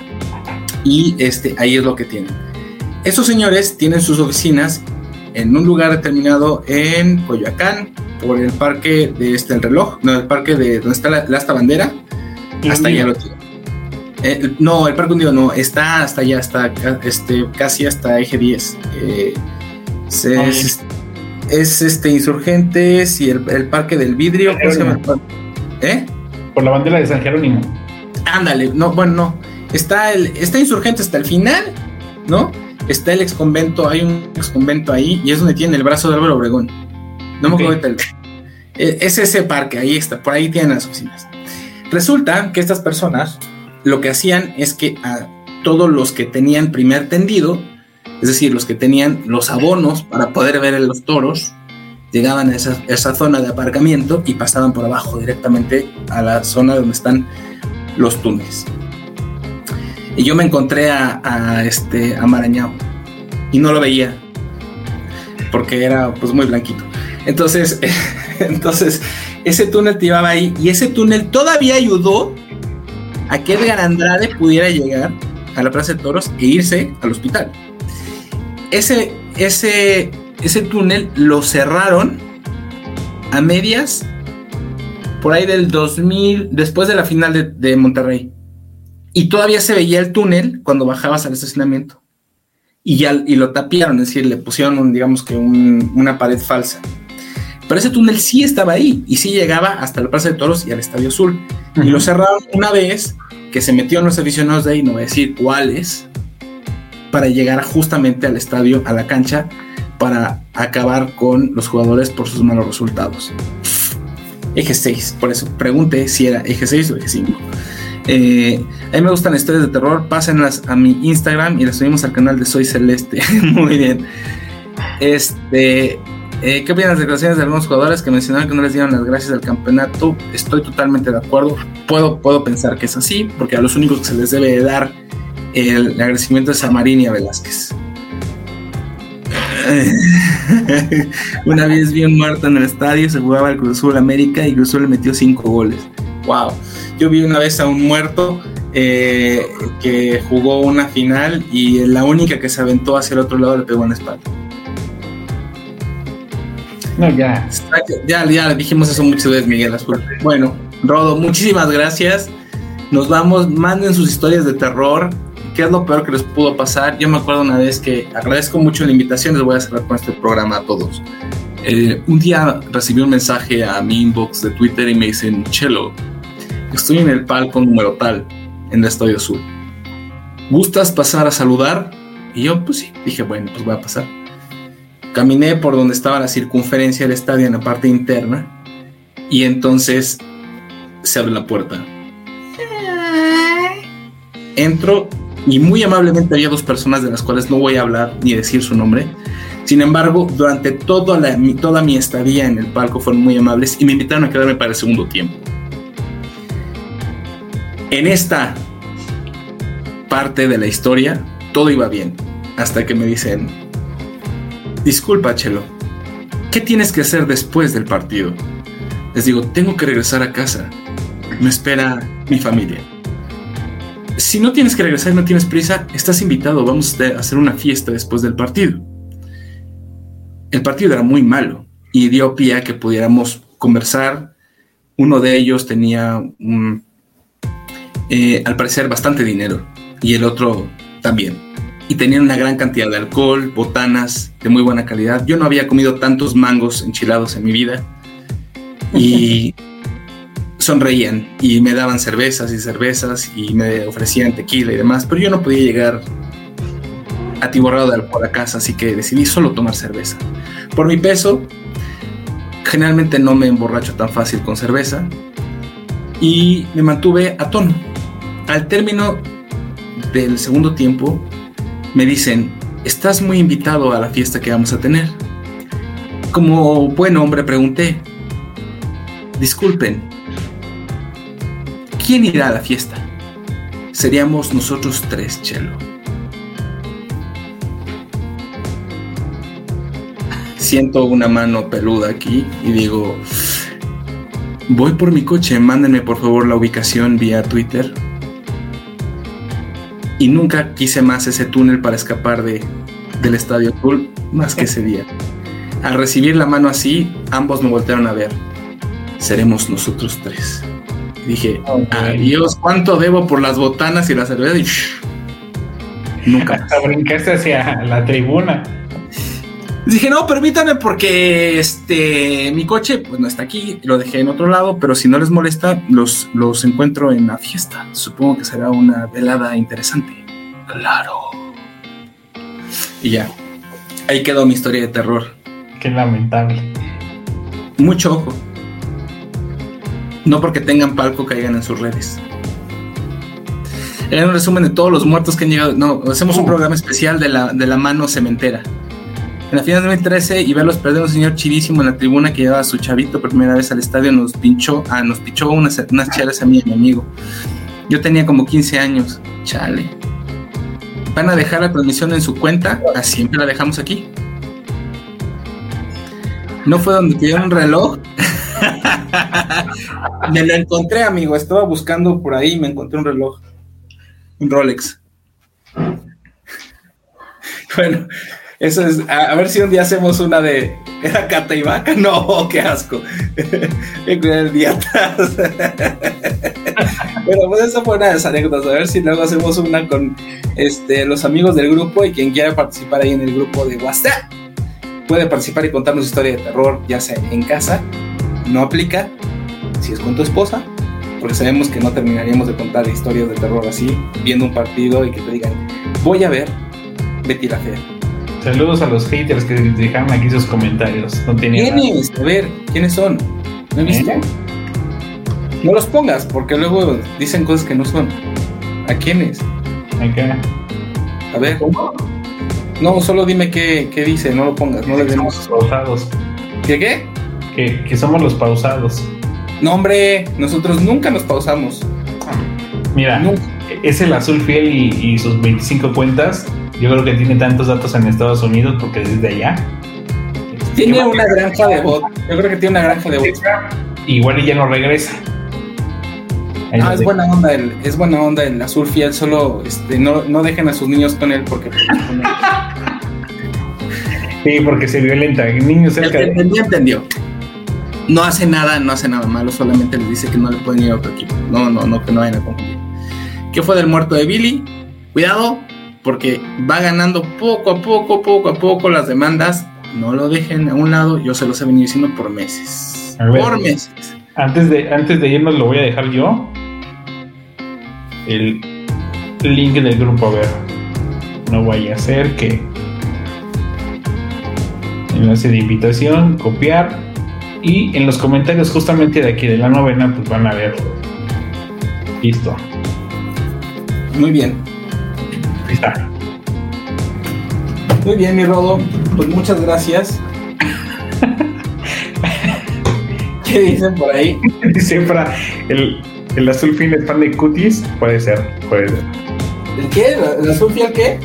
y este, ahí es lo que tienen. Estos señores tienen sus oficinas en un lugar determinado en Coyoacán, por el parque de este, el reloj, no, el parque de donde está la, la esta bandera, hasta allá lo tienen. Eh, no, el parque hundido no, está hasta allá, hasta este, casi hasta Eje diez. Eh, se, oh, es, es este Insurgentes y el, el parque del vidrio. ¿Cómo se llama? ¿Eh? Por la bandera de San Jerónimo. Ándale, no, bueno, no. Está el, está Insurgente hasta el final, ¿no? Está el exconvento, hay un exconvento ahí, y es donde tiene el brazo de Álvaro Obregón. No me acuerdo ahorita. Es ese parque, ahí está, por ahí tienen las oficinas. Resulta que estas personas lo que hacían es que a todos los que tenían primer tendido, es decir, los que tenían los abonos para poder ver los toros, llegaban a esa, esa zona de aparcamiento y pasaban por abajo directamente a la zona donde están los túneles. Y yo me encontré a, a este a Marañao y no lo veía porque era pues muy blanquito. Entonces, entonces ese túnel te llevaba ahí, y ese túnel todavía ayudó a que Edgar Andrade pudiera llegar a la Plaza de Toros e irse al hospital. Ese, ese, ese túnel lo cerraron a medias por ahí del dos mil, después de la final de, de Monterrey. Y todavía se veía el túnel cuando bajabas al estacionamiento. Y ya y lo tapiaron, es decir, le pusieron, un, digamos que un, una pared falsa. Pero ese túnel sí estaba ahí y sí llegaba hasta la Plaza de Toros y al Estadio Azul. Uh-huh. Y lo cerraron una vez que se metieron los aficionados de ahí, no voy a decir cuáles, para llegar justamente al estadio, a la cancha, para acabar con los jugadores por sus malos resultados. Eje seis, por eso pregunté si era Eje seis o Eje cinco. Eh, a mí me gustan historias de terror, pásenlas a mi Instagram y las subimos al canal de Soy Celeste. Muy bien. Este, eh, ¿qué opinan de las declaraciones de algunos jugadores que mencionaron que no les dieron las gracias al campeonato? Estoy totalmente de acuerdo. Puedo, puedo pensar que es así, porque a los únicos que se les debe dar el agradecimiento es a Marín y a Velázquez. Una vez vi un muerto en el estadio, se jugaba el Cruz Azul América y Cruz Azul le metió cinco goles. Wow. Yo vi una vez a un muerto eh, que jugó una final y la única que se aventó hacia el otro lado le pegó en la espalda. No, ya. Ya, ya dijimos eso muchas veces, Miguel Azul. Bueno, Rodo, muchísimas gracias. Nos vamos, manden sus historias de terror. ¿Qué es lo peor que les pudo pasar? Yo me acuerdo una vez que agradezco mucho la invitación, les voy a cerrar con este programa a todos. Eh, un día recibí un mensaje a mi inbox de Twitter y me dicen: Chelo, estoy en el palco número tal, en el Estadio Azul. ¿Gustas pasar a saludar? Y yo, pues sí, dije, bueno, pues voy a pasar. Caminé por donde estaba la circunferencia del estadio en la parte interna y entonces se abre la puerta. Entro y muy amablemente había dos personas de las cuales no voy a hablar ni decir su nombre. Sin embargo, durante toda, la, toda mi estadía en el palco fueron muy amables y me invitaron a quedarme para el segundo tiempo. En esta parte de la historia todo iba bien hasta que me dicen: disculpa, Chelo, ¿qué tienes que hacer después del partido? Les digo: tengo que regresar a casa, me espera mi familia. Si no tienes que regresar y no tienes prisa, estás invitado, vamos a hacer una fiesta después del partido. El partido era muy malo y dio pie a que pudiéramos conversar. Uno de ellos tenía un, eh, al parecer bastante dinero y el otro también. Y tenían una gran cantidad de alcohol, botanas de muy buena calidad. Yo no había comido tantos mangos enchilados en mi vida. Y sonreían y me daban cervezas y cervezas y me ofrecían tequila y demás, pero yo no podía llegar atiborrado de alcohol a casa, así que decidí solo tomar cerveza. Por mi peso, generalmente no me emborracho tan fácil con cerveza y me mantuve a tono. Al término del segundo tiempo me dicen: estás muy invitado a la fiesta que vamos a tener. Como buen hombre pregunté: disculpen, ¿quién irá a la fiesta? Seríamos nosotros tres, Chelo. Siento una mano peluda aquí y digo: voy por mi coche, mándenme por favor la ubicación vía Twitter. Y nunca quise más ese túnel para escapar de, del Estadio Azul más que ese día. Al recibir la mano así, ambos me voltearon a ver. Seremos nosotros tres. Y dije: okay. Adiós, ¿cuánto debo por las botanas y la cerveza? Y shh, nunca más. Hasta brincaste hacia la tribuna. Dije: no, permítanme porque este mi coche pues no está aquí, lo dejé en otro lado, pero si no les molesta, los, los encuentro en la fiesta. Supongo que será una velada interesante. Claro. Y ya, ahí quedó mi historia de terror. Qué lamentable. Mucho ojo. No porque tengan palco caigan en sus redes. Era un resumen de todos los muertos que han llegado. No, hacemos uh. un programa especial de la, de la mano cementera. En la final de dos mil trece, y verlos perder, un señor chidísimo en la tribuna que llevaba a su chavito por primera vez al estadio nos pinchó, ah, nos pichó unas, unas chelas a mí y a mi amigo. Yo tenía como quince años. Chale. ¿Van a dejar la transmisión en su cuenta? ¿A siempre la dejamos aquí? ¿No fue donde te dieron un reloj? Me lo encontré, amigo. Estaba buscando por ahí y me encontré un reloj. Un Rolex. Bueno, eso es. A, a ver si un día hacemos una de. ¿Era Cata y Vaca? No, qué asco. El día atrás. Bueno, pues esa fue una de las anécdotas. A ver si luego hacemos una con este, los amigos del grupo y quien quiera participar ahí en el grupo de WhatsApp puede participar y contarnos historia de terror, ya sea en casa. No aplica si es con tu esposa, porque sabemos que no terminaríamos de contar historias de terror así, viendo un partido y que te digan: voy a ver Betty la Fea. Saludos a los haters que dejaron aquí sus comentarios. No ¿Quiénes? A ver, ¿quiénes son? ¿No he visto? ¿Eh? No los pongas, porque luego dicen cosas que no son. ¿A quiénes? Acá. A ver. ¿Cómo? No, solo dime qué, qué dice, no lo pongas, no le demos. Somos los pausados. ¿Qué qué? Que, que somos los pausados. No, hombre, nosotros nunca nos pausamos. Mira, nunca. Es el azul fiel y, y sus veinticinco cuentas Yo creo que tiene tantos datos en Estados Unidos porque desde allá. Tiene una granja de bots. Yo creo que tiene una granja de bots. Igual y ya no regresa. Ahí no, es buena onda el, es buena onda el azul fiel, solo este, no, no dejen a sus niños con él porque sí, porque se violenta. El niño cerca el que entendió, entendió. No hace nada, no hace nada malo, solamente les dice que no le pueden ir a otro equipo. No, no, no, que no vayan a confundir. ¿Qué fue del muerto de Billy? Cuidado, porque va ganando poco a poco, poco a poco las demandas. No lo dejen a un lado, yo se los he venido diciendo por meses. A ver, por meses. Antes de, antes de irnos lo voy a dejar yo. El link del grupo, a ver. No vaya a ser que enlace de invitación, copiar. Y en los comentarios justamente de aquí de la novena, pues van a ver. Listo. Muy bien. Ahí está. Muy bien, mi Rodo. Pues muchas gracias. ¿Qué dicen por ahí? Dice para el, el azul fiel es fan de cuties. Puede ser, puede ser. ¿El qué? ¿El azul fiel qué?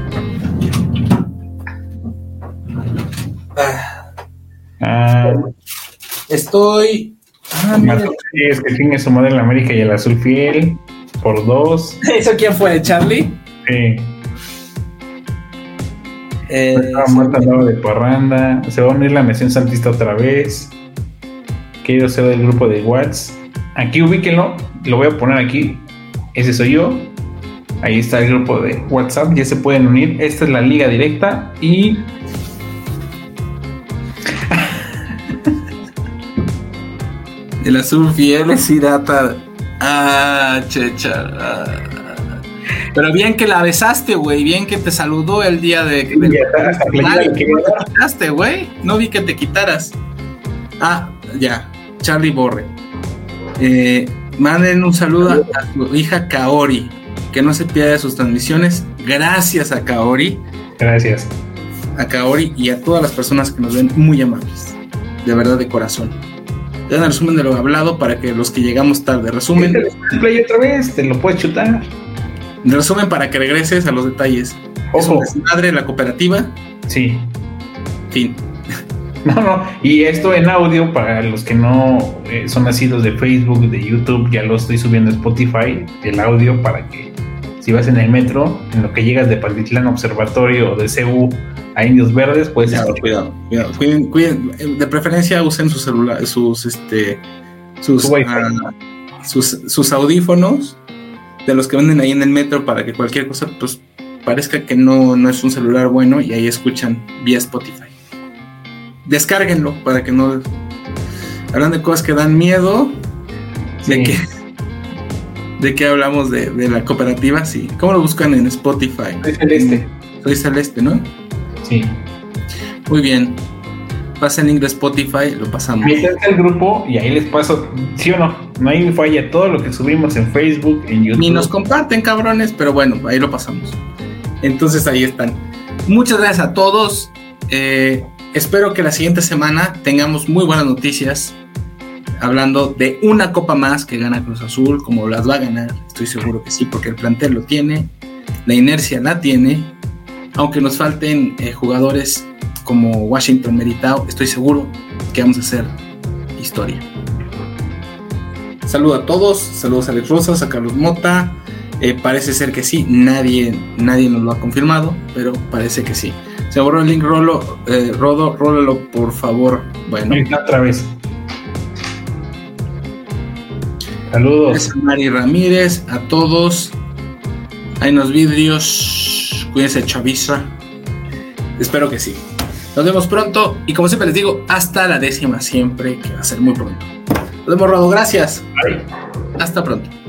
Ah. Ah. Estoy. Ah, mira. Sí, es que tiene su madre en América y el azul fiel por dos. ¿Eso quién fue? ¿Charlie? Sí. Eh, Estaba muerta, andaba de parranda. Se va a unir la Nación Santista otra vez. Quiero ser del grupo de WhatsApp. Aquí ubíquenlo. Lo voy a poner aquí. Ese soy yo. Ahí está el grupo de WhatsApp. Ya se pueden unir. Esta es la liga directa. Y el azul fiel es Hirata. Ah, checha. Ah. Pero bien que la besaste, güey. Bien que te saludó el día de. de, de hasta Mario, que no te quitaste, güey. No vi que te quitaras. Ah, ya. Charlie Borre. Eh, manden un saludo a, a su hija Kaori. Que no se pierda de sus transmisiones. Gracias a Kaori. Gracias. A Kaori y a todas las personas que nos ven muy amables. De verdad, de corazón. Ya en el resumen de lo hablado para que los que llegamos tarde. Resumen. Play otra vez, te lo puedes chutar. Resumen para que regreses a los detalles. Ojo. Es un desmadre la cooperativa. Sí. Fin. No, no. Y esto en audio para los que no eh, son nacidos de Facebook, de YouTube, ya lo estoy subiendo a Spotify, el audio para que si vas en el metro, en lo que llegas de Pantitlán Observatorio o de C U a Indios Verdes, pues cuidado, cuidado, cuidado. Cuiden, cuiden, de preferencia usen sus celulares, sus este, sus, Su uh, sus sus audífonos de los que venden ahí en el metro para que cualquier cosa pues parezca que no, no es un celular bueno y ahí escuchan vía Spotify. Descárguenlo para que no hablando de cosas que dan miedo. Sí. De que de que hablamos de, de la cooperativa, sí. ¿Cómo lo buscan en Spotify? Soy Celeste. Soy Celeste, ¿no? Sí. Muy bien. Pasa el link de Spotify, lo pasamos. Métanse al grupo y ahí les paso, ¿sí o no? No hay falla, todo lo que subimos en Facebook, en YouTube. Ni nos comparten, cabrones, pero bueno, ahí lo pasamos. Entonces ahí están. Muchas gracias a todos. Eh, espero que la siguiente semana tengamos muy buenas noticias. Hablando de una copa más que gana Cruz Azul, como las va a ganar. Estoy seguro que sí, porque el plantel lo tiene. La inercia la tiene. Aunque nos falten eh, jugadores como Washington Meritao, estoy seguro que vamos a hacer historia. Saludos a todos, saludos a Alex Rosas, a Carlos Mota. Eh, parece ser que sí, nadie, nadie nos lo ha confirmado, pero parece que sí. Se borró el link, Rolo, eh, Rodo, rólalo por favor. Bueno, otra vez. Saludos. Gracias a Mari Ramírez, a todos. Hay unos vidrios. Cuídense, chaviza. Espero que sí. Nos vemos pronto. Y como siempre les digo, hasta la décima siempre, que va a ser muy pronto. Nos vemos, Rodo. Gracias. Bye. Hasta pronto.